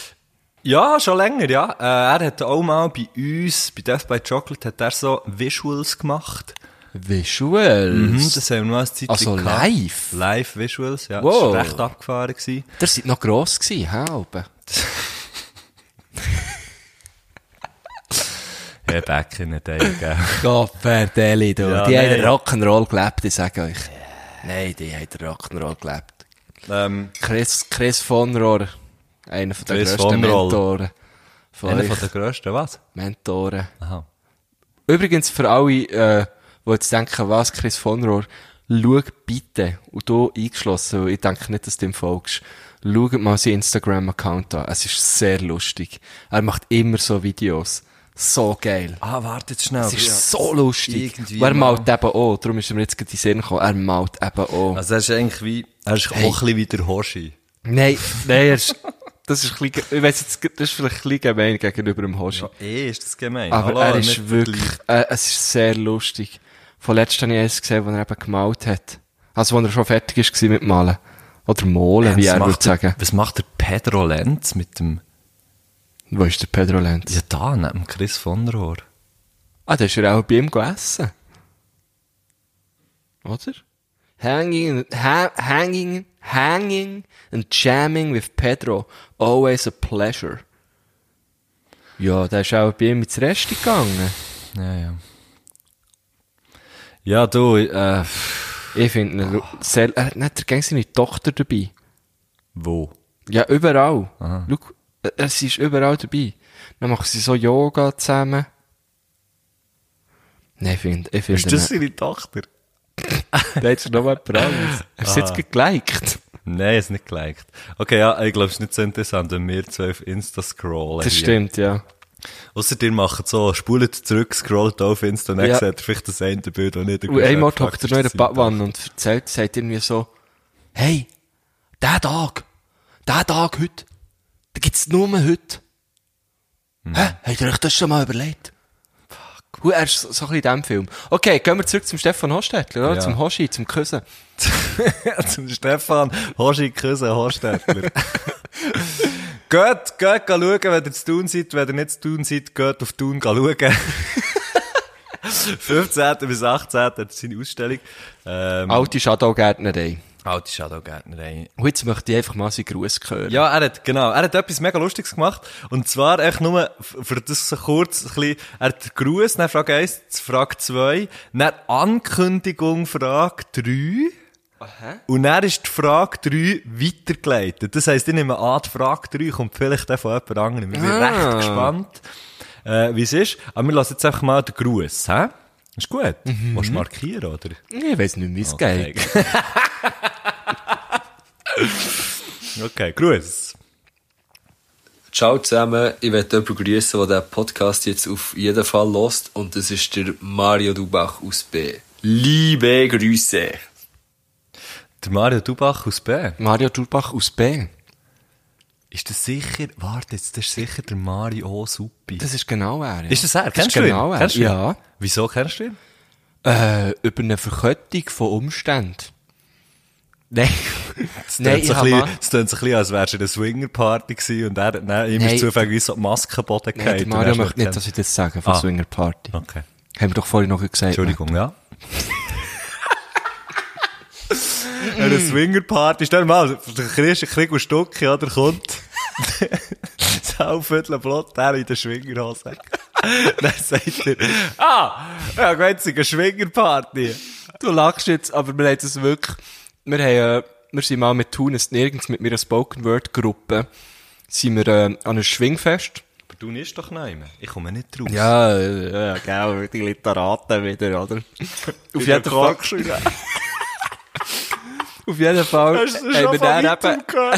Ja, schon länger, ja. Äh, er hat auch mal bei uns, bei Death by Chocolate, hat er so Visuals gemacht. Visuals? Mhm, das haben wir mal eine Zeit Also lang gehabt. live? Live Visuals, ja. Wow. Das war recht abgefahren gewesen. Der seid noch gross gewesen, hä, Alben? Hey, back in the day, gell. Gott, Verdeli, du. Ja, die nein. haben Rock'n'Roll gelebt, ich sage euch. Nein, die haben Rock'n'Roll gelebt. ähm, Chris, Chris von Rohr. Einer von den Chris grössten von Roll. Mentoren. Von Einer euch. von den grössten, was? Mentoren. Aha. Übrigens für alle, äh, die jetzt denken, was, Chris von Rohr, schau bitte, und du eingeschlossen, weil ich denke nicht, dass du ihm folgst, schau mal seinen Instagram-Account an. Es ist sehr lustig. Er macht immer so Videos. So geil. Ah, warte jetzt schnell. Es ist so lustig. irgendwie Und er mal- malt eben auch, darum ist mir jetzt gerade in den Sinn gekommen, er malt eben auch. Also er ist eigentlich wie, er ist Hey. auch ein bisschen wie der Hoshi. Nein, nein, er ist, das ist ein bisschen, ich weiss jetzt, das ist vielleicht ein bisschen gemein gegenüber dem Hoshi. Ja, eh, ist das gemein. Aber Hallo, er nicht ist wirklich, äh, es ist sehr lustig. Vorletzt habe ich eins gesehen, wo er eben gemalt hat. Also, wo er schon fertig ist gewesen mit Malen. Oder Molen, wie was er macht würde der- sagen. Was macht der Pedro Lenz mit dem, Wo ist der Pedro Lenz? ja da, neben dem Chris von Rohr? Ah, da ist er auch bei ihm gegessen. Oder? Hanging, ha, hanging, hanging and jamming with Pedro. Always a pleasure. Ja, der ist auch bei ihm ins Rest gegangen. Ja, ja. Ja, du, äh, Ich finde ihn sehr, er hat nicht der Gang seine Tochter dabei. wo? Ja, überall. Aha. Schau, äh, sie ist überall dabei. Dann machen sie so Yoga zusammen. Nein, ich finde, ich finde. Ist das seine Tochter? Da hat noch jemand anderes. Hast du Ah. jetzt geliked? Nein, ist nicht geliked. Okay, ja, ich glaube, es ist nicht so interessant, wenn wir zwei auf Insta scrollen. Das hier. stimmt, ja. Ausser ihr macht so, spult zurück, scrollt auf Insta und dann Ja. seht ihr vielleicht das eine Bild, das nicht Und einmal hockt er noch in der Badwanne und erzählt, sagt irgendwie so, hey, der Tag, der Tag heute, da gibt's nur heute. Mhm. Hä? Habt ihr euch das schon mal überlegt? Und er ist so, so ein bisschen in diesem Film. Okay, gehen wir zurück zum Stefan Hostetler, oder? Ja. Zum Hoshi, zum Küssen. Zum Stefan Hoshi Küsse Hostetler. Geht, geht schauen, wenn ihr zu tun seid. Wenn ihr nicht zu tun seid, geht auf Thun schauen. fünfzehnten bis achtzehnten hat seine Ausstellung. Ähm, Alte Shadowgärtnerei. Alte Shadowgärtnerei. Und jetzt möchte ich einfach mal seinen Gruß hören. Ja, er hat, genau, er hat etwas mega Lustiges gemacht. Und zwar echt nur, f- für das so kurz, ein bisschen, er hat den Gruß, dann Frage eins, Frage zwei, dann Ankündigung, Frage drei. Aha. Und dann ist die Frage drei weitergeleitet. Das heisst, ich nehme an, die Frage drei kommt vielleicht dann von jemand anderem. Ich bin Ah. recht gespannt, äh, wie es ist. Aber wir lassen jetzt einfach mal den Gruß, hä? Ist gut. Mhm. Willst du markieren, oder? Ich weiss nicht, wie es Okay. geht. Okay, Gruß. Ciao zusammen, ich möchte jemanden grüßen, der diesen Podcast jetzt auf jeden Fall hört. Und das ist der Mario Dubach aus B. Liebe Grüße. Der Mario Dubach aus B. Mario Durbach aus B. Ist das sicher, warte, jetzt, das ist sicher der Mario Suppi. Das ist genau er. Ja. Ist das er? Das Kennst ist du genau ihn? er. Kennst du ihn? Ja. Wieso kennst du ihn? Äh, über eine Verkettung von Umständen. Nein. Das Nein, klingt so ich ein hab bisschen, das klingt so ein bisschen, als wärst du in einer Swingerparty gewesen und er hat dann ihm Nein. ist zufällig so die Maske geboten Nein, der gehabt. Mario möchte nicht, dass ich das sage von Ah. Swinger Party. Okay. Haben wir doch vorhin noch gesagt. Entschuldigung, ja. Eine Swingerparty, stell dir mal, der Christ, Krieg und Stucki, oder, kommt, das Haufviertel Blott, der in der Schwingerhose. Dann sagt er, ah, ja, geht es eine Schwingerparty. Du lachst jetzt, aber wir haben das wirklich, wir haben, äh, wir sind mal mit Thun, ist nirgends mit meiner Spoken Word Gruppe, sind wir, äh, an einem Schwingfest. Aber du nicht doch nicht mehr. Ich komme nicht raus. Ja, äh, ja, genau, die Literaten wieder, oder? Auf jeden Fall. Auf jeden Fall Hast du haben schon wir von dann weitem eben, gehört?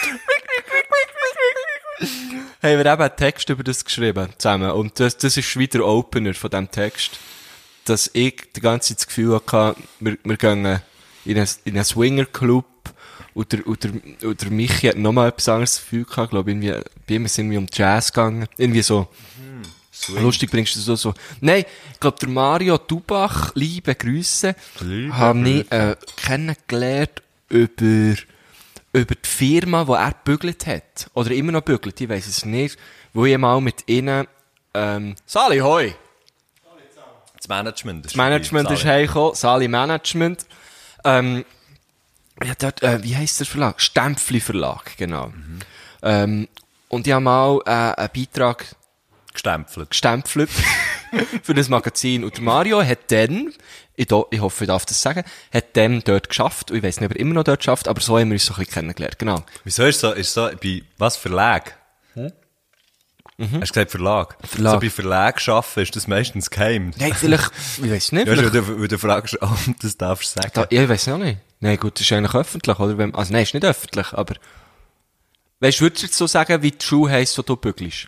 haben wir eben einen Text über das geschrieben, zusammen. Und das, das ist wieder der Opener von diesem Text. Dass ich die ganze Zeit das Gefühl hatte, wir, wir gehen in einen, in einen Swinger-Club, und der, und der, und der Michi hat nochmal etwas anderes Gefühl gehabt, glaube ich, irgendwie, bei ihm ist es irgendwie um Jazz gegangen. Irgendwie so. Lustig bringst du so, so. Nein, ich glaube, der Mario Dubach, liebe Grüße, Liebe habe ich, äh, kennengelernt über, über die Firma, die er gebügelt hat. Oder immer noch bügelt, ich weiss es nicht. Wo ich mal mit ihnen, ähm, Sali, hoi! Das Management. Das Management ist heimgekommen, Sali Management. Ähm, ja, dort, äh, wie heisst der Verlag? Stempfli Verlag, genau. Mhm. Ähm, und ich habe mal, äh, einen Beitrag Gestempelt. gestempelt. für ein Magazin. Und der Mario hat dann, ich, do, ich hoffe, ich darf das sagen, hat dann dort geschafft. Und ich weiss nicht, ob er immer noch dort schafft, aber so haben wir uns so ein bisschen kennengelernt. Genau. Wieso ist so, ist so, bei, was, Verlag? Hm? Mhm. Hast du gesagt Verlag? Verlag. So bei Verlag arbeiten ist das meistens geheim. Nein, vielleicht, ich weiss nicht. Ja, Vielleicht, weil du, weil du fragst, ob du das darfst sagen. da, ja, ich weiss auch nicht. Nein, gut, das ist eigentlich öffentlich, oder? Wenn, also nein, ist nicht öffentlich, aber, weisst du, würdest du jetzt so sagen, wie die Schuhe heisst, die du bügelst?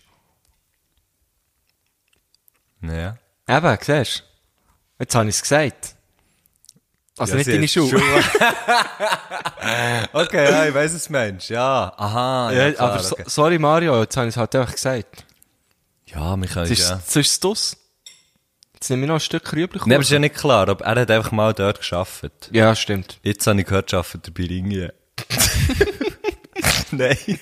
Ja. Eben, siehst du? Jetzt habe ich es gesagt. Also Ja, nicht sie deine hat Schuhe. Okay, ja, ich weiss es, Mensch. Ja, aha. Ja, Ja, klar, aber so, okay. sorry Mario, jetzt habe ich es halt einfach gesagt. Ja, wir können Jetzt ist, ja. jetzt ist es dus. Jetzt nehme ich noch ein Stück Rüebli. Nee, aber es ist ja nicht klar, ob er hat einfach mal dort gearbeitet. Ja, stimmt. Jetzt habe ich gehört, arbeitet er bei Ringier. Nein.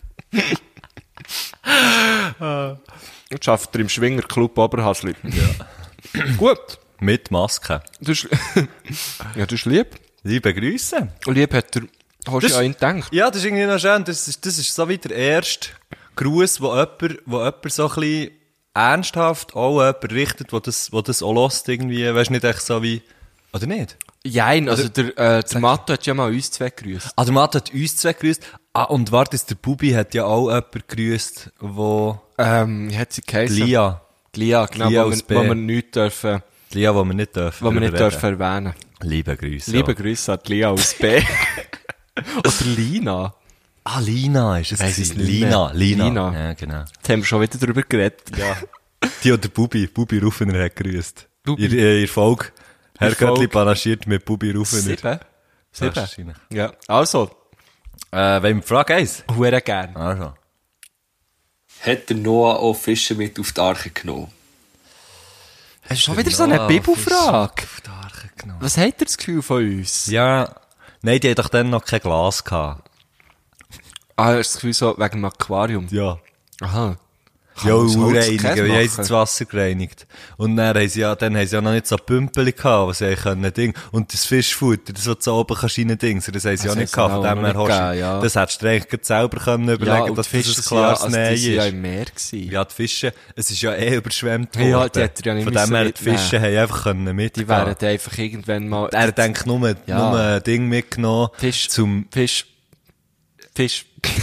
Jetzt arbeitet er im Schwingerclub Oberhasli. Ja. Gut. Mit Maske. Du bist, ja, du bist lieb. Liebe Grüße. Und lieb hat er, hast du Das- ja an ihn gedacht. Ja, das ist irgendwie noch schön. Das ist, das ist so wie der erste Gruß, wo jemand, wo jemand so ein bisschen ernsthaft auch jemand richtet, wo das, wo das auch lässt irgendwie. Weißt du, nicht echt so wie, oder nicht? Jein, also der, äh, der Matto hat ja mal uns zwei gegrüßt. Ah, der Matt hat uns zwei gegrüßt. Ah, und warte, der Bubi hat ja auch jemand gegrüßt, wo, Ähm, wie hat sie geheißen? Lia. Lia, genau, Lia wo, aus wir, wo B. wir nicht dürfen, Lia, wo wir nicht dürfen. wo wir nicht darüber dürfen erwähnen. reden. Liebe Grüße. Liebe Grüße an die Lia aus B. Oder Lina. Ah, Lina ist es. Weiss es gewesen. nicht mehr. Lina, Lina. Lina. Ja, genau. Jetzt haben wir schon wieder darüber geredet. Ja. Die oder Bubi, Bubi Rufener hat gegrüßt. Bubi. Ihr, äh, ihr Volk, Herr Ihr Volk. Göttli panaschiert mit Bubi Rufener. Sieben? Sieben? Wahrscheinlich. Ja. Also, Äh, wenn wir Frage eins. hure gern. Also. Hat der Noah auch Fische mit auf die Arche genommen? Hast du schon wieder so eine Bibelfrage? Auf die Arche genommen. Was hat ihr das Gefühl von uns? Ja, nein, die hat doch dann noch kein Glas gehabt. Ah, hast du das Gefühl so wegen dem Aquarium? Ja. Aha. Ja, man aus Holz ureinige, Käse wie haben sie machen? das Wasser gereinigt. Und dann haben sie ja, dann haben sie ja noch nicht so Pümpeli gehabt, was sie eigentlich können, Ding. Und das Fischfutter, das, was du oben kannst rein Ding, das haben sie ja Das nicht haben gehabt, sie von dem her auch noch nicht hast du, gegeben, ja. das hättest du dir eigentlich gerade selber können überlegen, und dass die das Fische ein sind ja, klares also Nein die sind ja ist. im Meer gewesen. Ja, die Fische, es ist ja eh überschwemmt Ja, worden. die hätte er ja nicht Von dem müssen her, die mitnehmen. Fische haben einfach können Die mitgehen. wären dann einfach irgendwann mal... Er hat denkt nur, Ja. nur ein Ding mitgenommen, Fisch, zum, Fisch, Fisch.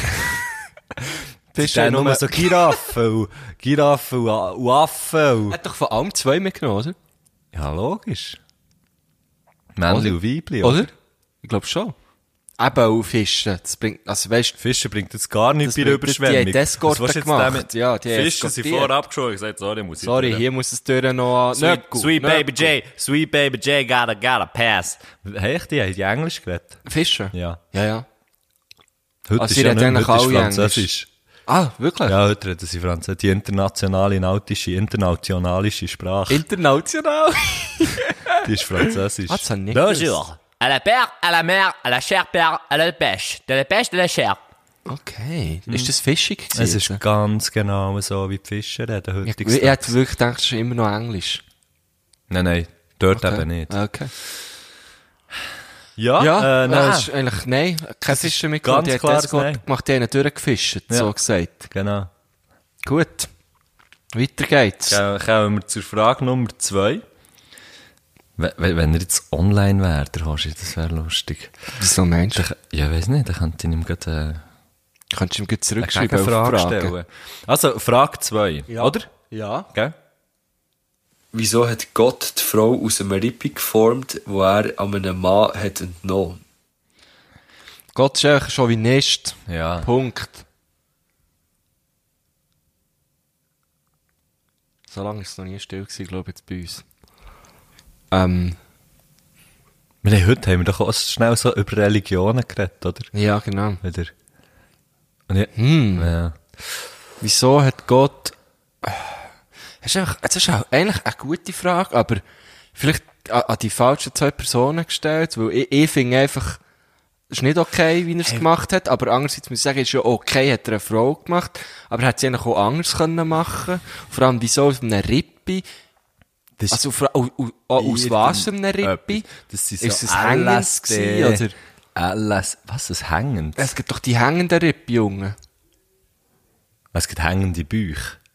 Fisch dann haben nur nur... so Giraffen und, Giraffen und, A- und Affen Er und, hat doch von allem zwei mitgenommen, oder? ja, logisch. Männli Oder? und Weibli, Oder? Ich glaube schon. Eben auch Fischen. Das bringt, also weißt du, Fische bringt jetzt gar nichts Das bei der bringt- die- die Überschwemmung. haben Eskorten Was willst du jetzt gemacht. damit- Ja, die haben Fische sind eskortiert. vorab geschoren. Ich gesagt, sorry, muss ich sorry, durch. hier muss es durch noch... Sweet, Nöckel, sweet Baby Nöckel. J, Sweet Baby J, gotta, gotta pass. Hey, die haben die Englisch geredet. Fischen? Ja. Ja, ja. Heute Also ist sie ja reden nicht mehr, eigentlich heute ist alle Französisch. Ah, wirklich? Ja, heute reden sie Französisch. Die internationale, nautische, internationalische Sprache. International? die ist Französisch. Ah, das habe ich nicht Bonjour. À la père, à la mère, à la chair père, à la pêche. De la pêche, de la chair. Okay. Ist das fischig gewesen? Es ist ganz genau so, wie die Fische reden ich, heutzutage. ich hätte wirklich gedacht, es ist immer noch Englisch. Nein, nein, dort Okay. eben nicht. Okay. Ja, Ja, äh, nein. nein. Das ist eigentlich, nein, kein ist Fischer mitgenommen. ganz Die hat klares Escort Nein. gemacht, die haben ihn durchgefischt, Ja. so gesagt. Genau. Gut. Weiter geht's. Äh, Kommen wir zur Frage Nummer zwei. Wenn, wenn wenn er jetzt online wäre, der Hoshi, das wäre lustig. Wieso meinst du? Dann- Ja, weiss nicht, dann könnte ich ihm gerade Kannst du ihm gleich äh, eine zurückschreiben auf Gegenfrage Fragen? stellen. Also, Frage zwei, oder? Ja. Gell? Wieso hat Gott die Frau aus einem Rippe geformt, wo er an einem Mann hat entnommen? Gott ist eigentlich Chauvinist. Ja. Punkt. So lange ist es noch nie still gewesen, glaube ich, jetzt bei uns. Ähm, Wir haben, heute haben wir doch auch schnell so über Religionen geredet, oder? ja, genau. Wieder. Und ja, Hm. ja. Wieso hat Gott... Das ist, einfach, das ist auch eigentlich eine gute Frage, aber vielleicht an, an die falschen zwei Personen gestellt, weil ich, ich finde einfach, es ist nicht okay, wie er es gemacht hat, aber andererseits muss ich sagen, es ist ja okay, hat er eine Frau gemacht, aber er hätte sie eigentlich auch anders können machen. Vor allem, wieso aus einem Rippi? Das Also, vor- au- au- au- aus was einem Rippi? Das sind so Ist es hängend gewesen, oder? L S, was, das hängend? Es gibt doch die hängenden Rippi, Junge. Es gibt hängende Bücher.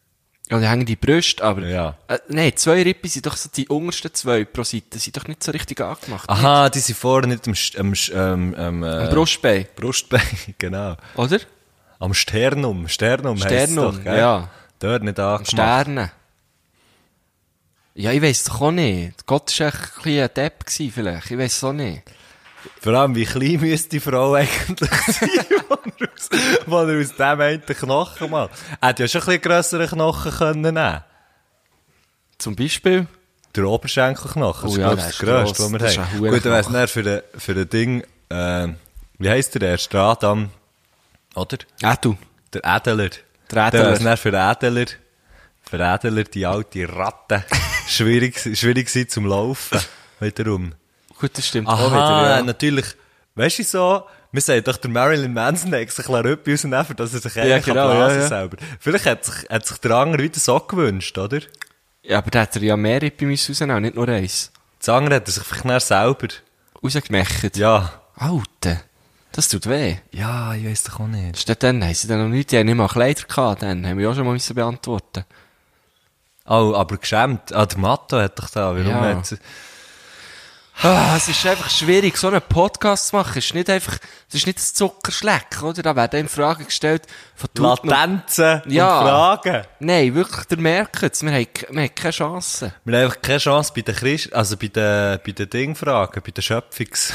Ja, die hängen die Brüste, aber... Ja. Äh, nein, zwei Rippen sind doch so die untersten zwei pro Seite, sind doch nicht so richtig angemacht. Aha, die sind vorne nicht am, St- am, Sch- ähm, ähm, äh, Am Brustbein, Brustbein, genau. oder? Am Sternum, Sternum, heisst's Sternum, doch, gell? ja. Dort nicht angemacht. Sterne. Ja, ich weiss doch auch nicht. Gott war echt ein bisschen ein Depp gewesen, vielleicht. Ich weiss auch nicht. Vor allem, wie klein müsste die Frau eigentlich sein, wo er aus, wo er aus dem einen Knochen macht. Er hätte ja schon ein bisschen grösseren Knochen können nehmen. Zum Beispiel? Der Oberschenkelknochen. Das Oh ist, ja, glaub ich, der das ist grösste, gross. was wir Das ist haben. ein Gut, Huren dann wär's Knochen. dann für den, für den Ding, äh, wie heisst der, der Stradam, oder? Ah, du. Der Ädeler. Der Dann wär's Ädeler. dann für den Ädeler, für den Ädeler, die alte Ratte, schwierig, schwierig sein zum Laufen. Wiederum. Gut, das stimmt Aha, auch wieder, ja. natürlich. Weißt du so, wir sagen doch, der Marilyn Manson hat sich ein Rüppi rausnehmen, dass er sich Ja, eigentlich genau, kann blasen ja, ja. selber. Vielleicht hat sich, hat sich der andere wieder so gewünscht, oder? Ja, aber da hat er ja mehr Rippen müssen rausnehmen, nicht nur eins. Das andere hat er sich vielleicht dann selber. Rausgemächt. Ja. Alter, das tut weh. Ja, ich weiss doch auch nicht. Statt dann haben sie dann noch nichts, die haben nicht mal Kleider gehabt, dann haben wir auch schon mal müssen beantworten. Oh, aber geschämt. Ah, der Matto hat doch da. Warum Ja. hat sie... Ah, es ist einfach schwierig, so einen Podcast zu machen. Es ist nicht einfach, es ist nicht das Zuckerschlecken, oder? Da werden in Frage gestellt von Tuten und- Latenzen Ja. und Fragen. Nein, wirklich, der merkt es. Wir haben, wir haben keine Chance. Wir haben einfach keine Chance bei den Christ, also bei den, bei den Dingfragen, bei den Schöpfungs...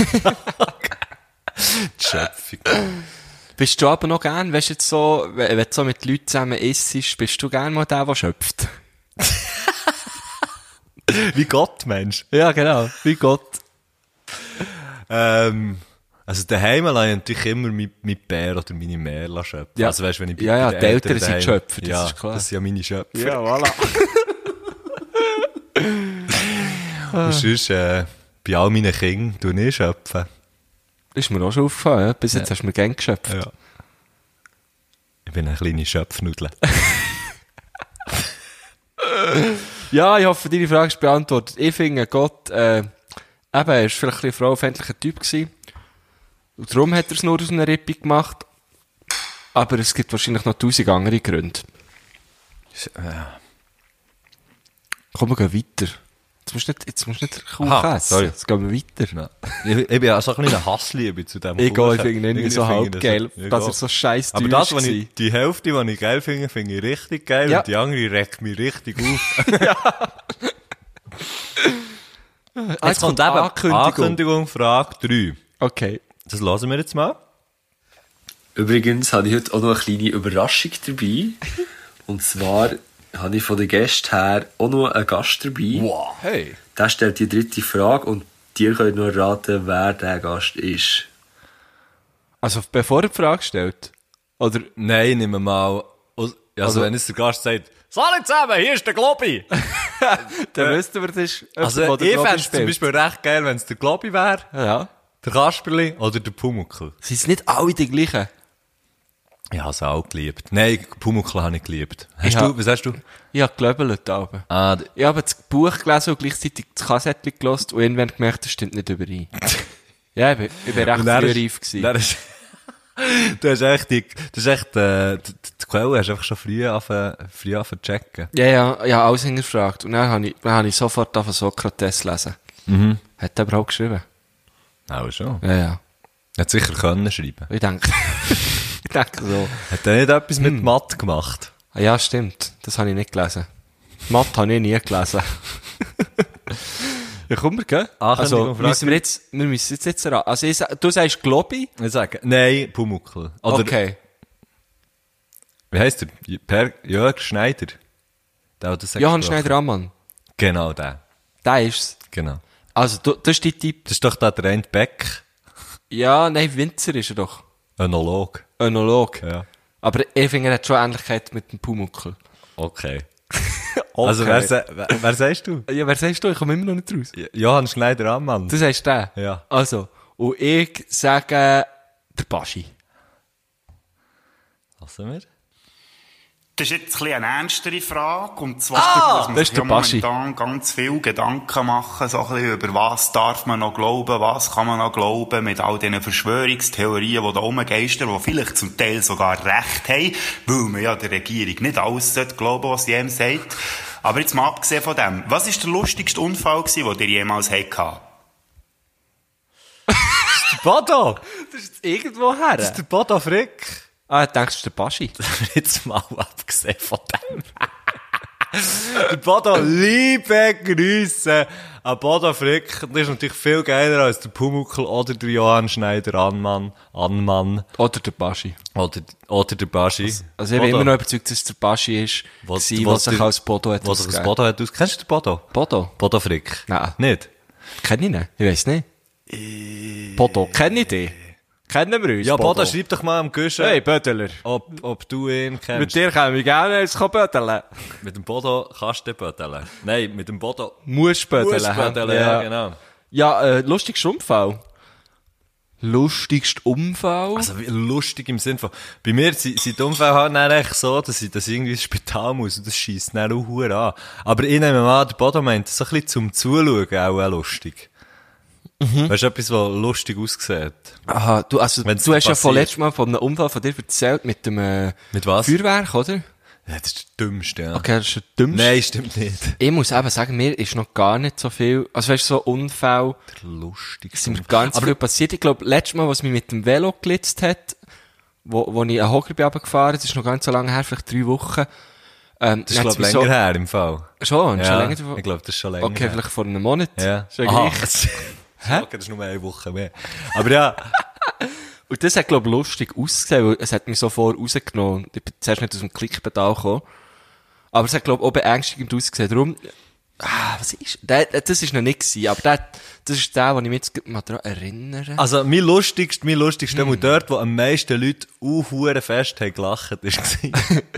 Die Schöpfung. Bist du aber noch gern, weißt du jetzt so, wenn wenn du so mit Leuten zusammen isst, bist du gern mal der, der schöpft? Wie Gott, Mensch. Ja, genau. Wie Gott. Ähm, also daheim lasse ich natürlich immer mein, mein Bär oder meine Mehr schöpfen. Ja. Also weißt, wenn ich bei- Ja, ja, bei die den Eltern sind daheim- Schöpfer, das ja, ist klar. das sind ja meine Schöpfer. Ja, voilà. Und sonst, äh, bei all meinen Kindern tue ich schöpfen. Ist mir auch schon aufgefallen, ja? Bis jetzt hast du mir gern geschöpft. Ja. Ich bin eine kleine Schöpfnudel. Ja, ich hoffe, deine Frage ist beantwortet. Ich finde, Gott, äh, eben, er war vielleicht ein bisschen frauenfeindlicher Typ gewesen. Und darum hat er es nur aus einer Rippe gemacht. Aber es gibt wahrscheinlich noch tausend andere Gründe. Komm, wir gehen weiter. Jetzt musst du nicht, jetzt musst du nicht Kuchen Aha, essen. sorry. Jetzt gehen wir weiter. Ja. Ich, ich bin ja so ein bisschen eine Hassliebe zu dem Ich gehe, Kuchen. ich finde ihn irgendwie so finde halb ich geil, ich dass gehe. er so scheiß Aber teuer das, was war. ich, die Hälfte, die ich geil finde, finde ich richtig geil. Ja. Und die andere regt mich richtig auf. Ah, Jetzt kommt eben Ankündigung. Ankündigung, Frage drei. Okay. Das hören wir jetzt mal. Übrigens habe ich heute auch noch eine kleine Überraschung dabei. Und zwar habe ich von den Gästen her auch noch einen Gast dabei. Wow. Hey. Der stellt die dritte Frage und ihr könnt nur raten, wer der Gast ist. Also, bevor er die Frage stellt. Oder, Nein, nehmen wir mal. Also, Also- wenn jetzt der Gast sagt, Salut zusammen, hier ist der Globi. dann wüssten wir, das ist jemand, Also, der den ich Globi fände es zum spielt. Beispiel recht geil, wenn es der Globi wäre, Ja. der Kasperli oder der Pumuckl. Sind es nicht alle die gleichen? Ich habe es auch geliebt. Nein, Pumuckl habe ich geliebt. Hast Ja. du, was hast du? Ich habe gelöbelt, aber. Ah, d- Ich habe das Buch gelesen und gleichzeitig das Kassettchen gelost und irgendwann gemerkt, das stimmt nicht überein. Ja, ich bin, ich bin recht Und dann ist- frühreif gewesen. dann ist- Du hast echt die, das ist echt, äh, die, die Quelle hast du einfach schon früh angefangen, früh angefangen zu checken. Ja, ja, ja, alles hingefragt. Und dann habe ich, dann habe ich sofort auf Sokrates lesen. Mhm. Hat er aber auch geschrieben. Auch schon. Ja, ja. Hat sicher können schreiben. Ich denke, ich denke so. Hat er nicht etwas Hm. mit Mathe gemacht? Ah, ja, stimmt. Das habe ich nicht gelesen. Mathe habe ich nie gelesen. Ja, komm, gell? Ankündigung, Also, Frage. müssen wir jetzt, wir müssen jetzt jetzt ran. Also, ich, sa- du sagst Globi? Ich sage, nein, Pumuckl. Oder, Okay. wie heisst der? Per Jörg Schneider. Der hat das Johann gesprochen. Schneider-Ammann. Genau, der. Der ist's. Genau. Also, du, das ist die Typ. Das ist doch der Rent Beck. Ja, nein, Winzer ist er doch. Önolog. Önolog. Ja. Aber ich finde, er hat schon Ähnlichkeit mit dem Pumuckl. Okay. Okay. Also, wer, se- wer, wer sagst du? Ja, wer sagst du? Ich komme immer noch nicht raus. Johann Schneider-Ammann. Du sagst den? Ja. Also, und ich sage der Baschi. Lassen wir. Das ist jetzt ein bisschen eine ernstere Frage, und zwar, Ah, dass man das sich ist der ja Baschi. momentan ganz viel Gedanken machen, so ein bisschen über was darf man noch glauben, was kann man noch glauben, mit all diesen Verschwörungstheorien, die da rumgeistern, die vielleicht zum Teil sogar recht haben, weil man ja der Regierung nicht alles sollte glauben, was sie ihm sagt. Aber jetzt mal abgesehen von dem, was war der lustigste Unfall gewesen, den ihr jemals hattet? Der Bodo! Das ist jetzt irgendwo her. Das ist der Bodo Frick. Ah, ich denke, das ist der Baschi. Jetzt mal abgesehen von dem. Der Bodo, liebe Grüße an Bodo Frick. Das ist natürlich viel geiler als der Pumuckl oder der Johann Schneider Anmann. Anmann. Oder der Baschi. Oder, oder der Baschi. Also ich bin immer noch überzeugt, dass es der Baschi ist, Was- gewesen, was was sich der- als Bodo hat Was sich als ausgegeben. Bodo hat aus... Kennst du den Bodo? Bodo? Bodo Frick? Nein. Nicht? Kenn ich nicht? Ich weiss nicht. Bodo, kenn ich dich? Kennen wir uns, Ja, Bodo, schreib doch mal am Guschen, Hey, Bödeler. ob, ob du ihn kennst. Mit dir können wir gerne eins bödeln. Mit dem Bodo kannst du bödeln. Nein, mit dem Bodo... Musst bödeln. Musst hä? bödeln, ja, genau. Ja, äh, lustigster Unfall. Lustigster Unfall? Also, wie lustig im Sinn von, bei mir sind, sind die Unfälle halt dann echt so, dass ich, dass ich irgendwie ins Spital muss und das scheisst dann auch verdammt an. Aber ich nehme mal an, der Bodo meint, so ein bisschen zum Zuschauen auch, auch lustig. Mhm. Weißt du, etwas, was lustig aussieht? Aha, du, also, Wenn's du hast ja passiert. von letztem Mal von einem Unfall von dir erzählt mit dem, äh, Mit was? Feuerwerk, oder? Ja, das ist der dümmste, ja. Okay, das ist der dümmste. Nein, stimmt nicht. Ich muss eben sagen, mir ist noch gar nicht so viel, also weißt du, so Unfall, Der lustigste. sind mir ganz Aber viel passiert. Ich glaube, letztes Mal, was mich mit dem Velo gelitzt hat, wo, wo ich einen Hocker bin runtergefahren, das ist noch ganz so lange her, vielleicht drei Wochen. Ähm, das ist, dann glaube hat's ich, mich länger so, her im Fall. Schon, Ja, schon länger davon. ich glaube, das ist schon länger Okay, her. vielleicht vor einem Monat. Ja. Ist ja Aha. gleich. Hä? Okay, das ist nur eine Woche mehr. Aber ja, Und das hat, glaube ich, lustig ausgesehen, weil es hat mich sofort rausgenommen. Ich bin zuerst nicht aus dem Klickpedal gekommen. Aber es hat, glaube ich, auch beängstigend ausgesehen. Darum, ah, was ist, der, das ist noch nicht gewesen, aber der, das ist der, wo ich mich jetzt mal daran erinnere. also mein lustigst, mein lustigst, Hm. mm. dort, wo am meisten Leute auch fest haben gelacht, ist gewesen.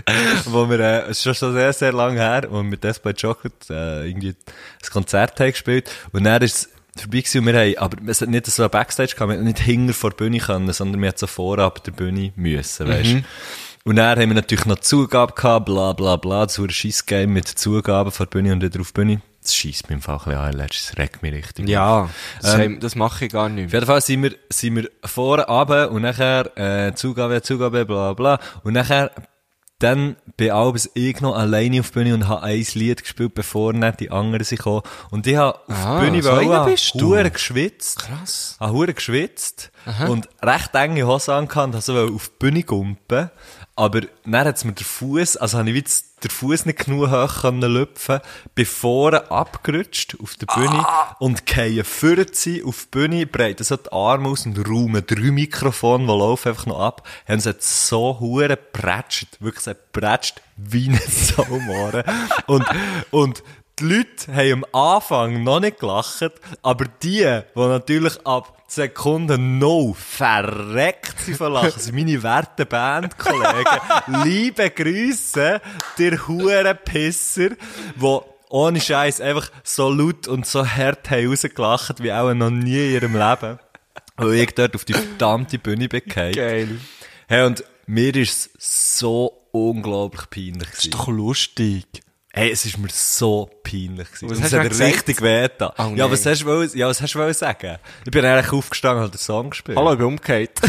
Wo wir, äh, es ist schon so sehr, sehr lange her, wo wir mit Death by Chocolate, äh, irgendwie ein Konzert haben gespielt. Und dann ist es vorbei gewesen und wir haben, aber es hat nicht so ein Backstage gehabt, wir haben nicht hinter vor der Bühne können, sondern wir hätten so vorab der Bühne müssen, weisst. Mhm. Und dann haben wir natürlich noch Zugabe gehabt, bla, bla, bla, so ein Scheissgame mit Zugaben vor der Bühne und wieder auf die Bühne. Das scheisst mir im Fall ein bisschen an, das regt mich richtig. ja, das, Ähm, haben- das mache ich gar nicht Auf mehr. jeden Fall sind wir, sind wir vorne runter und nachher, äh, Zugabe, Zugabe, bla, bla. Und nachher, dann bin Albers ich noch alleine auf der Bühne und habe ein Lied gespielt, bevor dann die anderen sind gekommen. Und ich habe auf Ah, der Bühne so einer wollen, bist du. hure geschwitzt. Krass. Habe hure geschwitzt. Und recht enge Hose angehabt und habe so auf die Bühne gumpen. Aber dann hat's mir der Fuß, also habe ich jetzt den Fuß nicht genug hoch können lüpfen, bin vorne abgerutscht auf der Bühne und gehe vorne auf die Bühne, breite so die Arme aus und räume drei Mikrofone, die laufen einfach noch ab. Haben sie jetzt so hure gepratscht, wirklich so gepratscht wie ein Saumohren. und, und die Leute haben am Anfang noch nicht gelacht, aber die, die natürlich ab Sekunde no verreckt sind von Lachen, sind meine werten Bandkollegen. Liebe Grüße, der Hurenpisser, die ohne Scheiß einfach so laut und so hart haben rausgelacht, wie auch noch nie in ihrem Leben. Weil ich dort auf die verdammte Bühne bekam. Geil. Hey, und mir ist es so unglaublich peinlich gewesen. Ist doch lustig. Hey, es ist mir so peinlich gewesen. Was Und hast es du hat gesagt? richtig wehgetan. Oh, ja, nein. was hast du wollen, ja, was hast du wollen sagen? Ich bin eigentlich aufgestanden und habe den Song gespielt. Hallo, ich bin umgekehrt.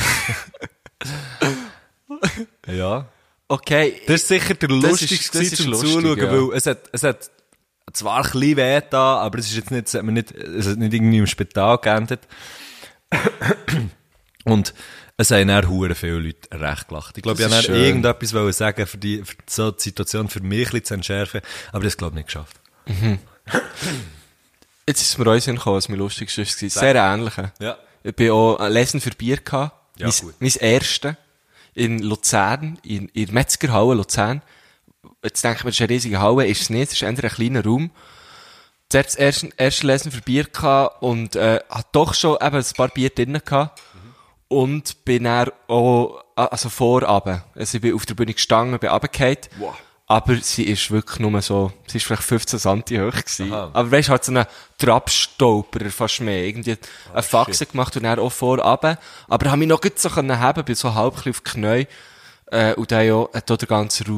Ja. Okay. Das ist sicher der Das lustigste ist- das gewesen ist zum lustig, Zuschauen, ja. weil es hat, es hat zwar ein bisschen wehgetan, aber es ist jetzt nicht, es hat mir nicht, es hat nicht irgendwie im Spital geendet. Und es haben dann hure viele Leute recht gelacht. Ich glaube, ich Das wollte ist dann schön. irgendetwas wollen sagen, für die, für so die Situation für mich ein bisschen zu entschärfen, aber das glaube ich nicht geschafft. Jetzt ist es mir auch in den Sinn gekommen, was mir lustig war. Sehr ähnlich. Ja. Ich bin auch ein Lesen für Bier gehabt. Ja, mein, gut. mein erste. In Luzern, in, in der Metzgerhalle Luzern. Jetzt denke ich mir, das ist eine riesige Halle, ist es nicht, es ist eher ein kleiner Raum. Zuerst das erste, erste Lesen für Bier gehabt und, äh, hat doch schon eben ein paar Bier drinnen gehabt. Und bin dann auch, also vorab. Also ich bin auf der Bühne gestanden, bin runtergefallen. Wow. Aber sie ist wirklich nur so, sie ist vielleicht fünfzehn Zentimeter hoch gewesen. Aha. Aber weißt du, hat so einen Trabstolperer fast mehr. Irgendwie Oh, eine Faxe gemacht und dann auch vorab. Aber habe mich noch gut so können haben, bin so halb ein bisschen auf die Knie. Äh, und dann ja, hat auch der ganze Raum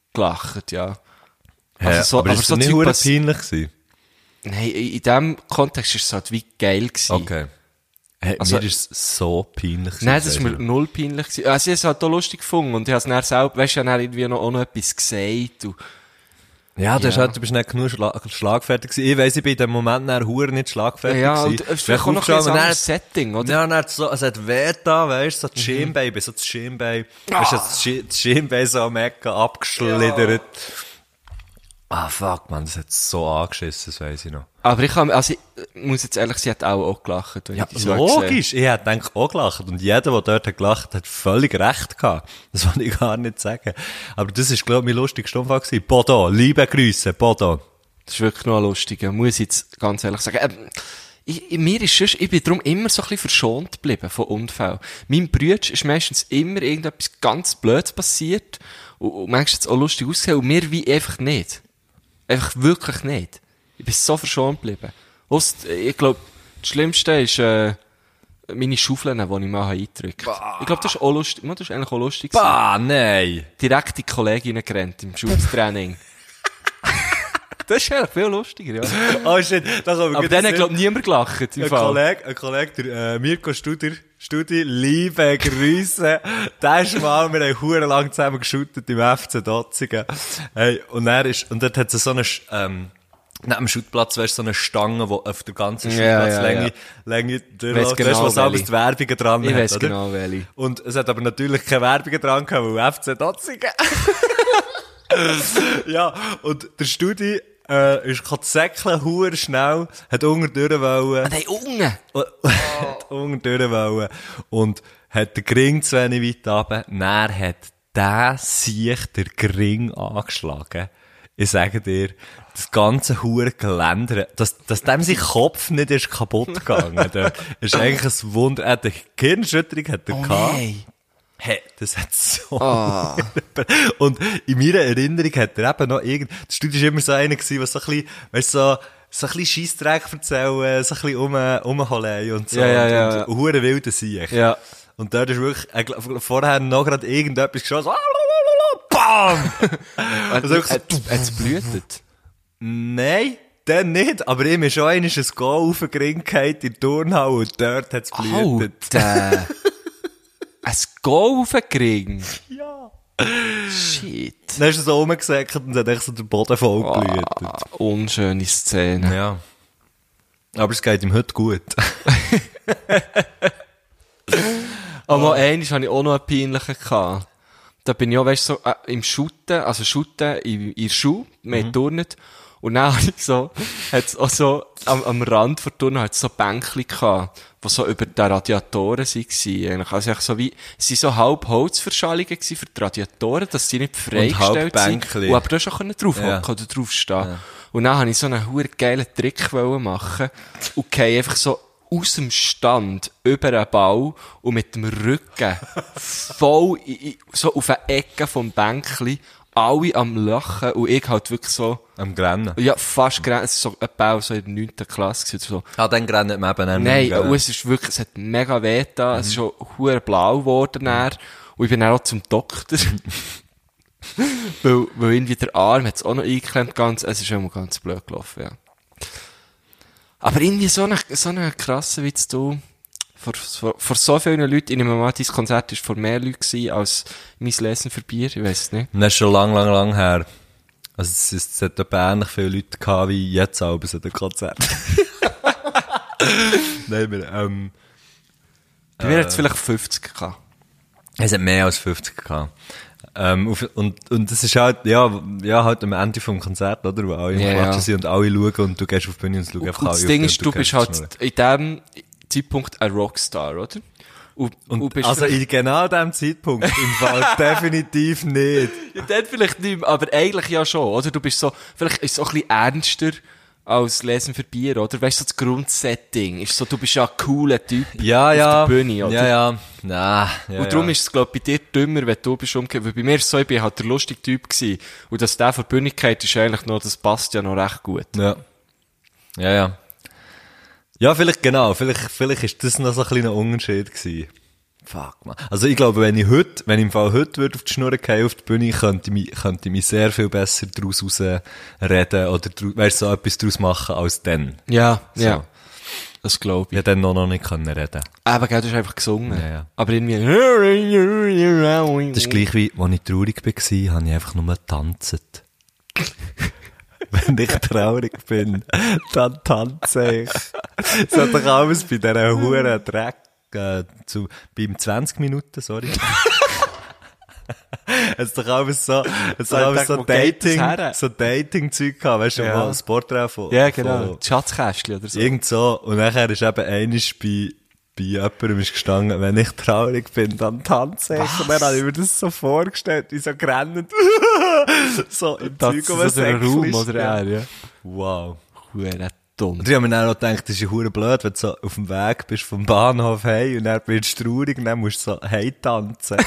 gelacht, ja. Ja, Also so, aber, aber ist so das nicht Zeug hure pass- peinlich gewesen? Nein, in, in diesem Kontext war es halt wie geil gewesen. Okay. Hey, Also- mir ist es so peinlich gewesen. Nein, das ist mir weißt du. null peinlich gewesen. Also, ich habe es halt auch lustig gefunden und ich habe es dann selber, weißt du, ich habe dann irgendwie noch, auch noch etwas gesagt und, Ja, du, Ja. Hast halt, du bist nicht genug schla schlagfertig gewesen. Ich weiss, ich bin in dem Moment dann hure nicht schlagfertig ja, gewesen. und es ist vielleicht auch noch ein bisschen ein anderes Setting, oder? Ja, und dann hat es so, es hat weh da, weißt du, so das Schienbein, so das Schienbein, weißt du, das Schi- das Schienbein so am Ecken abgeschlittert. Ah, fuck, man, das hat so angeschissen, das weiss ich noch. Aber ich habe, also, ich muss jetzt ehrlich sagen, ich hätte auch, auch gelacht. Wenn Ja, ich die so gesehen. logisch, ich hätte eigentlich auch gelacht. Und jeder, der dort hat gelacht hat, völlig recht gehabt. Das wollte ich gar nicht sagen. Aber das ist, glaube ich, mein lustiger Unfall gewesen. Bodo, liebe Grüße, Bodo. Das ist wirklich noch lustig, muss ich jetzt ganz ehrlich sagen. Ähm, ich, ich- mir ist sonst, ich bin darum immer so ein bisschen verschont geblieben von Unfällen. Meinem Bruder ist meistens immer irgendetwas ganz Blödes passiert und, und manchmal hat es auch lustig ausgesehen und mir wie einfach nicht. Einfach wirklich nicht. Ich bin so verschont geblieben. Ausst, ich glaube, das Schlimmste ist äh, meine Schaufeln, die ich mal eingedrückt habe. Ich glaube, das ist auch lustig. Das ist eigentlich auch lustig. gewesen. Bah, nein. Direkt die Kolleginnen gerannt im Schultraining. Das ist eigentlich viel lustiger, ja. Oh shit, da kommen wir Aber dann hat, glaube ich, niemand gelacht. Im Ein Fall. Kollege, ein Kollege, der äh, Mirko Studer, Studi, liebe Grüße. Der ist mal, wir haben hure lang zusammen geshootet im F C Dotzingen. Hey, und er ist, und dort hat es so eine, ähm, neben dem Schuttplatz, weißt du, so eine Stange, die auf der ganzen Ja, Schuttplatzlänge, ja, ja. Länge Weiss durchläuft. Weißt du, genau, was alles welche. die Werbungen dran Ich hat, weiss oder? genau, welche. Und es hat aber natürlich keine Werbungen dran gehabt, weil F C Dotzingen. Ja, und der Studi, äh, ist gerade säckeln, hure schnell, hat unten durch wollen. Nein, unten! hat unten durch wollen. Und hat den Gring zu wenig weit runter. Dann hat der sich der Gring angeschlagen. Ich sage dir, das ganze hure Geländer, dass, dass dem sein Kopf nicht ist kaputt gegangen. Da ist eigentlich ein Wunder. Er hat eine Gehirnerschütterung hat er Oh gehabt. nein! Hey, das hat so... Ah. Und in meiner Erinnerung hat er eben noch irgend... Der Studi war immer so einer gewesen, der so ein bisschen, weißt du, so, so ein bisschen Scheissdreck erzählen, so ein bisschen um, umholen und so. Ja, ja, und, ja. und, und hure wilde Sieg. Ja. Und dort ist wirklich, er, glaub, vorher noch gerade irgendetwas geschossen, so, BAM! Also wirklich so, Hat es blutet? nein, dann nicht, aber ihm ist schon einmal ein Goal auf den Gring gefallen in der Turnhalle und dort hat es blutet. Alter! Ein Goal aufgekriegt? Ja. Shit. Dann ist er so rumgesäckert und hat echt so den Boden voll geblutet. Ah, unschöne Szene. Ja. Aber es geht ihm heute gut. Aber mal einmal hatte ich auch noch einen peinlichen gehabt. Da bin ich auch, weißt du, so, äh, im Shooten, also Shooten in, in der Schule, wir mhm. turnet. Und dann habe ich so, hat's auch so, am, am Rand der Turnen hat's so Bänkchen gehabt, die so über die Radiatoren waren, eigentlich. Also, eigentlich so wie, es waren so halb Holzverschalungen gewesen für die Radiatoren, dass sie nicht freigestellt halb sind. Bänkchen. Und aber du hast auch draufhocken Ja. oder draufstehen. Ja. Und dann habe ich so einen huere geilen Trick wollen machen und gehe einfach so aus dem Stand über einen Bau und mit dem Rücken voll in, in, so auf eine Ecke vom Bänkli, alle am Lachen und ich halt wirklich so, Am Grennen. ja, fast gerannt, es war so ein Bau so in der neunten Klasse gewesen, so. Ah, dann grennt man eben Nein, nicht und es ist wirklich, es hat mega weh getan, mhm. es ist schon hure blau geworden dann. Und ich bin dann auch zum Doktor. weil, weil irgendwie der Arm hat es auch noch eingeklemmt, ganz, es ist immer ganz blöd gelaufen, ja. Aber irgendwie so eine, so eine krasse Witz, du, vor, vor, vor so vielen Leuten, in einem Mal, dein Konzert war vor mehr Leuten gewesen, als mein Lesen für Bier, ich weiss es nicht. Und das ist schon lang, lang, lang her. Also, es, ist, es hat etwa ähnlich viele Leute gehabt, wie jetzt auch bei so einem Konzert. Nein, wir, ähm, Bei mir hat es vielleicht fünfzig gehabt. es hat mehr als fünfzig gehabt. Ähm, auf- und, und das ist halt, ja, ja, halt am Ende vom Konzert, oder? Wo alle im Ja, Klatschen ja. sind und alle schauen und du gehst auf die Bühne und es schauen einfach Und alle das auf Ding dich ist, und du kennst bist die Schnurren. halt in dem Zeitpunkt ein Rockstar, oder? Und, Und, und bist also vielleicht- in genau dem Zeitpunkt im Fall definitiv nicht. ja, dann vielleicht nicht mehr, aber eigentlich ja schon, oder? Du bist so, vielleicht ist es auch ein bisschen ernster als Lesen für Bier, oder? Weißt du, so das Grundsetting ist so, du bist ja ein cooler Typ Ja, auf ja. der Bühne, oder? Ja, ja. Na, ja, Und darum ja. ist es, glaube ich, bei dir dümmer, wenn du bist umgekehrt. Weil bei mir ist es so, ich bin halt der lustige Typ gewesen. Und dass der von der Bühne geht, ist eigentlich noch, das passt ja noch recht gut. Ja. Ja, ja. Ja, vielleicht genau. Vielleicht, vielleicht ist das noch so ein kleiner Unterschied gewesen. Fuck, man. Also ich glaube, wenn ich heute, wenn ich im Fall heute würde auf die Schnur gehen, auf die Bühne, könnte ich mich, könnte ich mich sehr viel besser daraus rausreden oder, weißt du, so etwas daraus machen als dann. Ja, so. ja. Das glaube ich. Ich dann noch, noch nicht können reden. Aber gell, du hast einfach gesungen. Ja, ja. Aber irgendwie... Das ist gleich wie, als ich traurig war, habe ich einfach nur getanzt. Wenn ich traurig bin, dann tanze ich. Das hat doch alles bei dieser huren Dreck, äh, zu, beim zwanzig Minuten, sorry. Es doch alles so, es doch alles so Dating, so Dating-Zeug gehabt, weißt du, Ja. wo ein Sporttraum von, Ja, genau. von, Schatzkästchen oder so. irgend so. Und nachher ist eben einiges bei, bei jemandem ist gestanden, wenn ich traurig bin, dann tanze ich. Was? Und dann habe ich mir das so vorgestellt, wie so grennend. So im Das Zeug ist um so ein der Raum, Säckchen. oder er, ja. Wow. Hure dumm. Und ich habe mir dann auch gedacht, das ist ja hure blöd, wenn du so auf dem Weg bist vom Bahnhof hey und dann wirst du traurig und dann musst du so hey tanzen.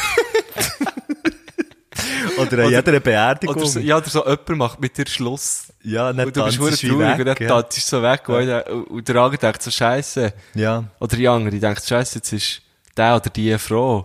Oder an Oder- jeder Beerdigung. Oder so, ja, oder so jemand macht mit dir Schluss. Ja, dann Und du bist tanzt hure wie traurig weg, und dann ja. tanzt du so weg. Und, und der andere denkt so, Scheiße. Ja. Oder die andere denkt, Scheiße, jetzt ist der oder die froh.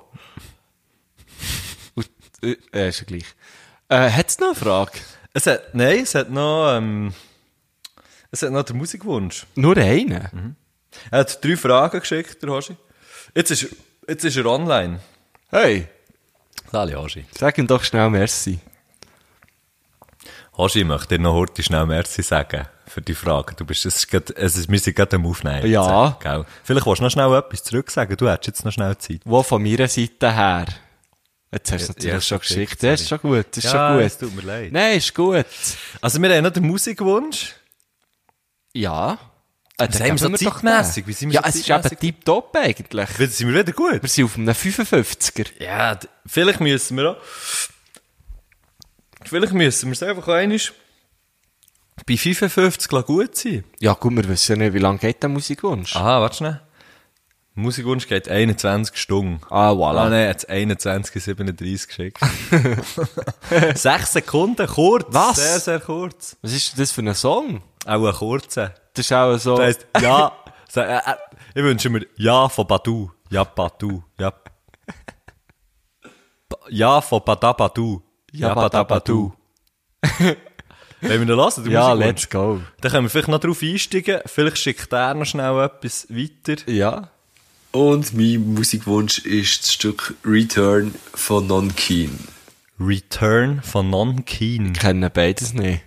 Und, äh, äh, ist ja gleich. Äh, hat's noch eine Frage? Es hat, nein, es hat noch, ähm, es hat noch den Musikwunsch. Nur einen? Er hat drei Fragen geschickt, der Hoshi. Jetzt ist, jetzt ist er online. Hey, Sali Hoshi. sag ihm doch schnell Merci. Hoshi, ich möchte dir noch heute schnell Merci sagen für die Frage. Du bist, es ist grad, es ist, wir sind gerade am Aufnehmen. Ja. Jetzt, gell? Vielleicht willst du noch schnell etwas zurücksagen. Du hättest jetzt noch schnell Zeit. Wo von meiner Seite her? Jetzt hast du Ja, natürlich ja, schon geschickt, geschickt. Das ist schon gut, das ist Ja, schon gut. es tut mir leid. Nein, ist gut. Also, wir haben noch den Musikwunsch. Ja. Äh, sind dann wir so geben doch zeitmässig? den. Wie sind wir Ja, so es ist eben zeitmässig? tipptopp eigentlich. Jetzt sind wir wieder gut. Wir sind auf einem fünfundfünfziger. Ja, d- vielleicht müssen wir auch, vielleicht müssen wir es einfach einmal bei fünfundfünfzig lassen gut sein. Ja gut, wir wissen ja nicht, wie lange geht der Musikwunsch? Aha, warte schnell. Musikwunsch geht einundzwanzig Stunden. Ah, voilà. Ah, nein, jetzt einundzwanzig siebenunddreißig geschickt. Sechs Sekunden, kurz. Was? Sehr, sehr kurz. Was ist denn das für ein Song? Auch ein kurzer. Das ist auch so... Das heisst, ja, so, äh, äh, ich wünsche mir Ja von Badu. Ja, Badu. Ja. Ba- Ja von Badabadu. Ja, Badabadu. Wollen wir noch hören? den Ja, Musikwunsch? let's go. Dann können wir vielleicht noch drauf einsteigen. Vielleicht schickt er noch schnell etwas weiter. Ja. Und mein Musikwunsch ist das Stück Return von Non Keen. Return von Non Keen. Kennen beides nicht.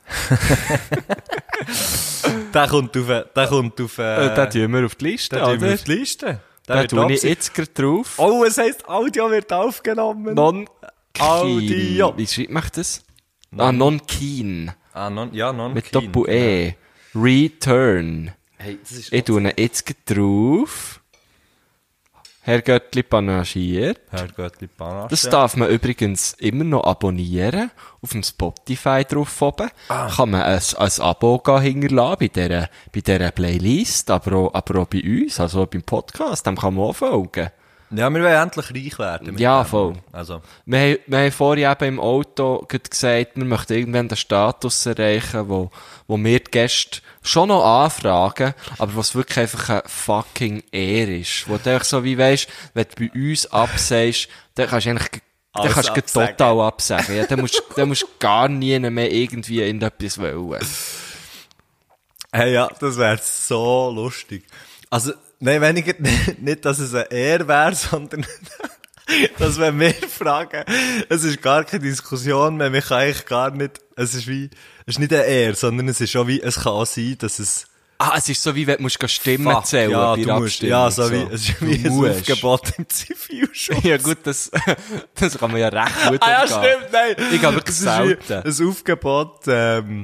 Der kommt auf, der kommt auf, Äh, äh, den tun wir auf die Liste, den tun oder? wir auf die Liste. Der Den wird tue ich absi- jetzt gerade drauf. Oh, es heisst, Audio wird aufgenommen. Non Audio. Wie schreibt man das? Ah, Non Keen. Ah, non, ja, Non Mit Keen. Doppel-E. Return. Hey, das ist Ich tue ihn jetzt gerade drauf. Herr Göttli panagiert. Herr Göttli Panache. Das darf man übrigens immer noch abonnieren. Auf dem Spotify drauf oben. Kann man ein, ein Abo gehen hinterlassen bei dieser, bei dieser Playlist, aber auch, aber auch bei uns, also beim Podcast. Dem kann man auch folgen. Ja, wir wollen endlich reich werden. mit Ja, dem. voll. Also, Wir haben, wir haben vorhin eben im Auto gerade gesagt, wir möchten irgendwann den Status erreichen, wo, wo wir die Gäste schon noch anfragen, aber was wirklich einfach eine fucking Ehre ist. Wo du einfach so wie weisst, wenn du bei uns absagst, dann kannst du eigentlich, dann Alles kannst du absagen. total absagen. Ja, dann musst, dann musst du gar nie mehr irgendwie in etwas wollen. hey, ja, das wäre so lustig. Also, nein, weniger, nicht, dass es eine Ehre wäre, sondern, dass wenn wir fragen, es ist gar keine Diskussion mehr, wir können eigentlich gar nicht, es ist wie, es ist nicht eine Ehre, sondern es ist schon wie, es kann auch sein, dass es, Ah, es ist so wie, wenn du musst Stimmen Fuck, zählen ja, bei du der musst, Abstimmung. ja, so wie, es ist wie Du ein musst. Aufgebot im Zivilschutz. Ja gut, das, das kann man ja recht gut Ah, ja, umgehen. stimmt, nein. Ich habe wirklich Es ist wie selten. ein Aufgebot, ähm,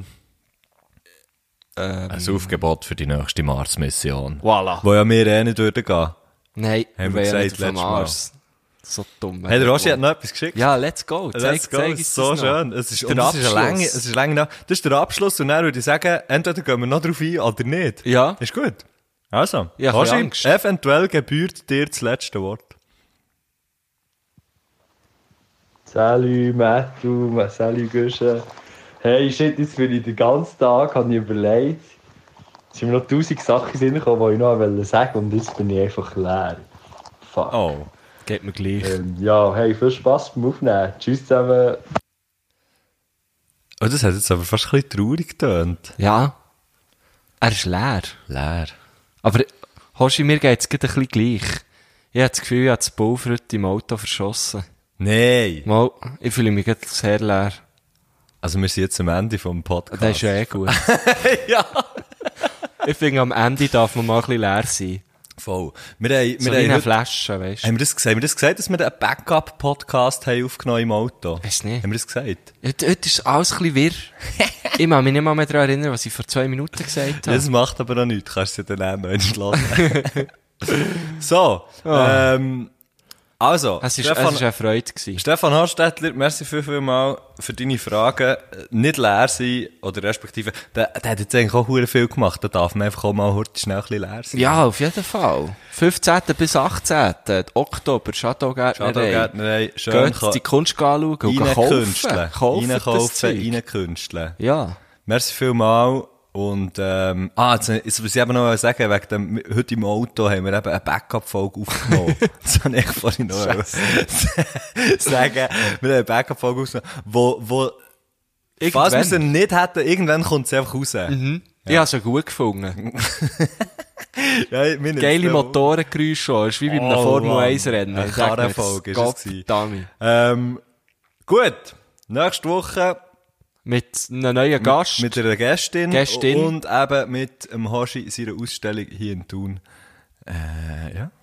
Ähm, ein Aufgebot für die nächste Mars-Mission. Voilà. Wo ja wir eh nicht würden gehen. Nein, Haben wir wollen ja gesagt nicht auf dem letztes Mal. Mars. So dumm. Hey, der Roshi hat noch etwas geschickt. Ja, let's go. Zeig, Let's go, zeig es uns ist so das noch. schön. Es ist, Der und es ist eine Abschluss. lange, es ist lange, das ist der Abschluss und dann würde ich sagen, entweder gehen wir noch drauf ein oder nicht. Ja. Ist gut. Also, Ja, ich habe Roshi, Angst. eventuell gebührt dir das letzte Wort. Salut Matthew, salut Guschen. Hey, shit, jetzt bin ich den ganzen Tag, habe ich überlegt. Es sind mir noch tausend Sachen in den Sinn gekommen, die ich noch sagen wollte und jetzt bin ich einfach leer. Fuck. Oh. Geht mir gleich. Ähm, ja, hey, viel Spass beim Aufnehmen. Tschüss zusammen. Oh, das hat jetzt aber fast ein bisschen traurig getönt. Ja. Er ist leer. Leer. Aber, Hoshi, mir geht's gerade ein bisschen gleich. Ich habe das Gefühl, ich habe das Baufrütt im Auto verschossen. Nein. Mal, ich fühle mich gerade sehr leer. Also wir sind jetzt am Ende vom Podcast. Das ist ja eh gut. Ja. Ich finde, am Ende darf man mal ein bisschen leer sein. Voll. Wir haben, So wir wie haben eine heute, Flasche, weißt du. haben wir das gesagt? Haben wir das gesagt, dass wir einen Backup-Podcast haben aufgenommen im Auto? Weißt du nicht? Haben wir das gesagt? Heute, heute ist alles ein bisschen wirr. Ich kann mich nicht mal mehr daran erinnern, was ich vor zwei Minuten gesagt habe. Das macht aber auch nichts. Kannst du es ja dann auch noch entschlossen. So. Ähm, also. Es ist, Stefan, es ist eine Freude gewesen. Stefan Hostetler, merci viel, viel mal für deine Fragen. Nicht leer sein, oder respektive, der, der hat jetzt eigentlich auch verdammt viel gemacht. Da darf man einfach auch mal heute schnell ein bisschen leer sein. Ja, auf jeden Fall. fünfzehnten bis achtzehnten Oktober, Shadowgärtnerei. Shadowgärtnerei, schön Geht die Kunst anschauen und kaufen. reinkünsteln. Kaufen das Reinkaufen, Zeug. reinkünsteln. Ja. Merci viel mal. Und, ähm, ah, jetzt, jetzt muss ich eben noch sagen, wegen dem, heute im Auto haben wir eben eine Backup-Folge aufgenommen. Das habe ich vorhin noch sagen. Wir haben eine Backup-Folge aufgenommen, wo, wo, falls wir sie nicht hätten, irgendwann kommt sie einfach raus. Mhm. Ja. Ich habe sie gut gefunden. Ja, geile Motorengeräusche, das ist wie bei einem oh, Formel eins Rennen. Eine Karrenfolge ist es gewesen. Dummy. Ähm, gut. Nächste Woche. Mit einem neuen Gast. Mit, mit einer Gästin. Gästin. Und eben mit dem Hoshi seiner Ausstellung hier in Thun. Äh, ja.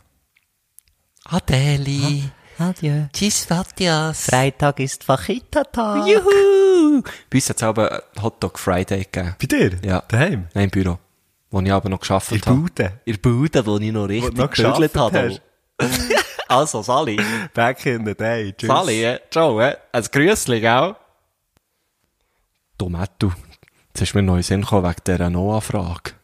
Adeli. Adieu. Tschüss, Matthias. Freitag ist Fachita-Tag. Juhu. Bei uns hat es aber Hotdog Friday gegeben. Bei dir? Ja. Daheim? Nein, im Büro. Wo ich aber noch gearbeitet In habe. Bude? In der Bude, wo ich noch richtig noch gebügelt gearbeitet habe. Also, Sali. Back in the day. Tschüss. Sali, äh, ciao, äh. Ein Grüßli, gell? Du, Mattu, jetzt ist mir noch in den Sinn gekommen wegen dieser Noah-Frage.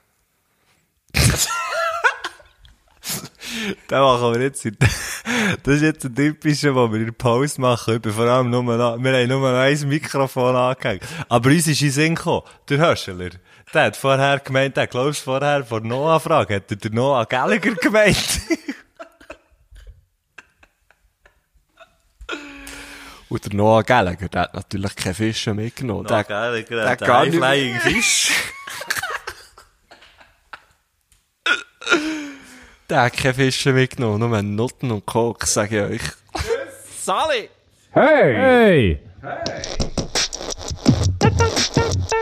Da machen wir jetzt, das ist jetzt ein typischer, wo wir in der Pause machen. Ich bin vor allem nur noch, wir haben nur noch ein Mikrofon angehängt. Aber uns ist in den Sinn gekommen, der Höschler, der hat vorher gemeint, der glaubst du vorher vor Noah-Frage, hat er der Noah Gallagher gemeint? Und der Noah Gallagher, der hat natürlich keine Fische mitgenommen. Noah Der, Gallagher der hat gar einen nicht mehr- High-Flying Fish. der hat keine Fische mitgenommen, nur Nutten und Koks, sage ich euch. Sali! Hey! Hey!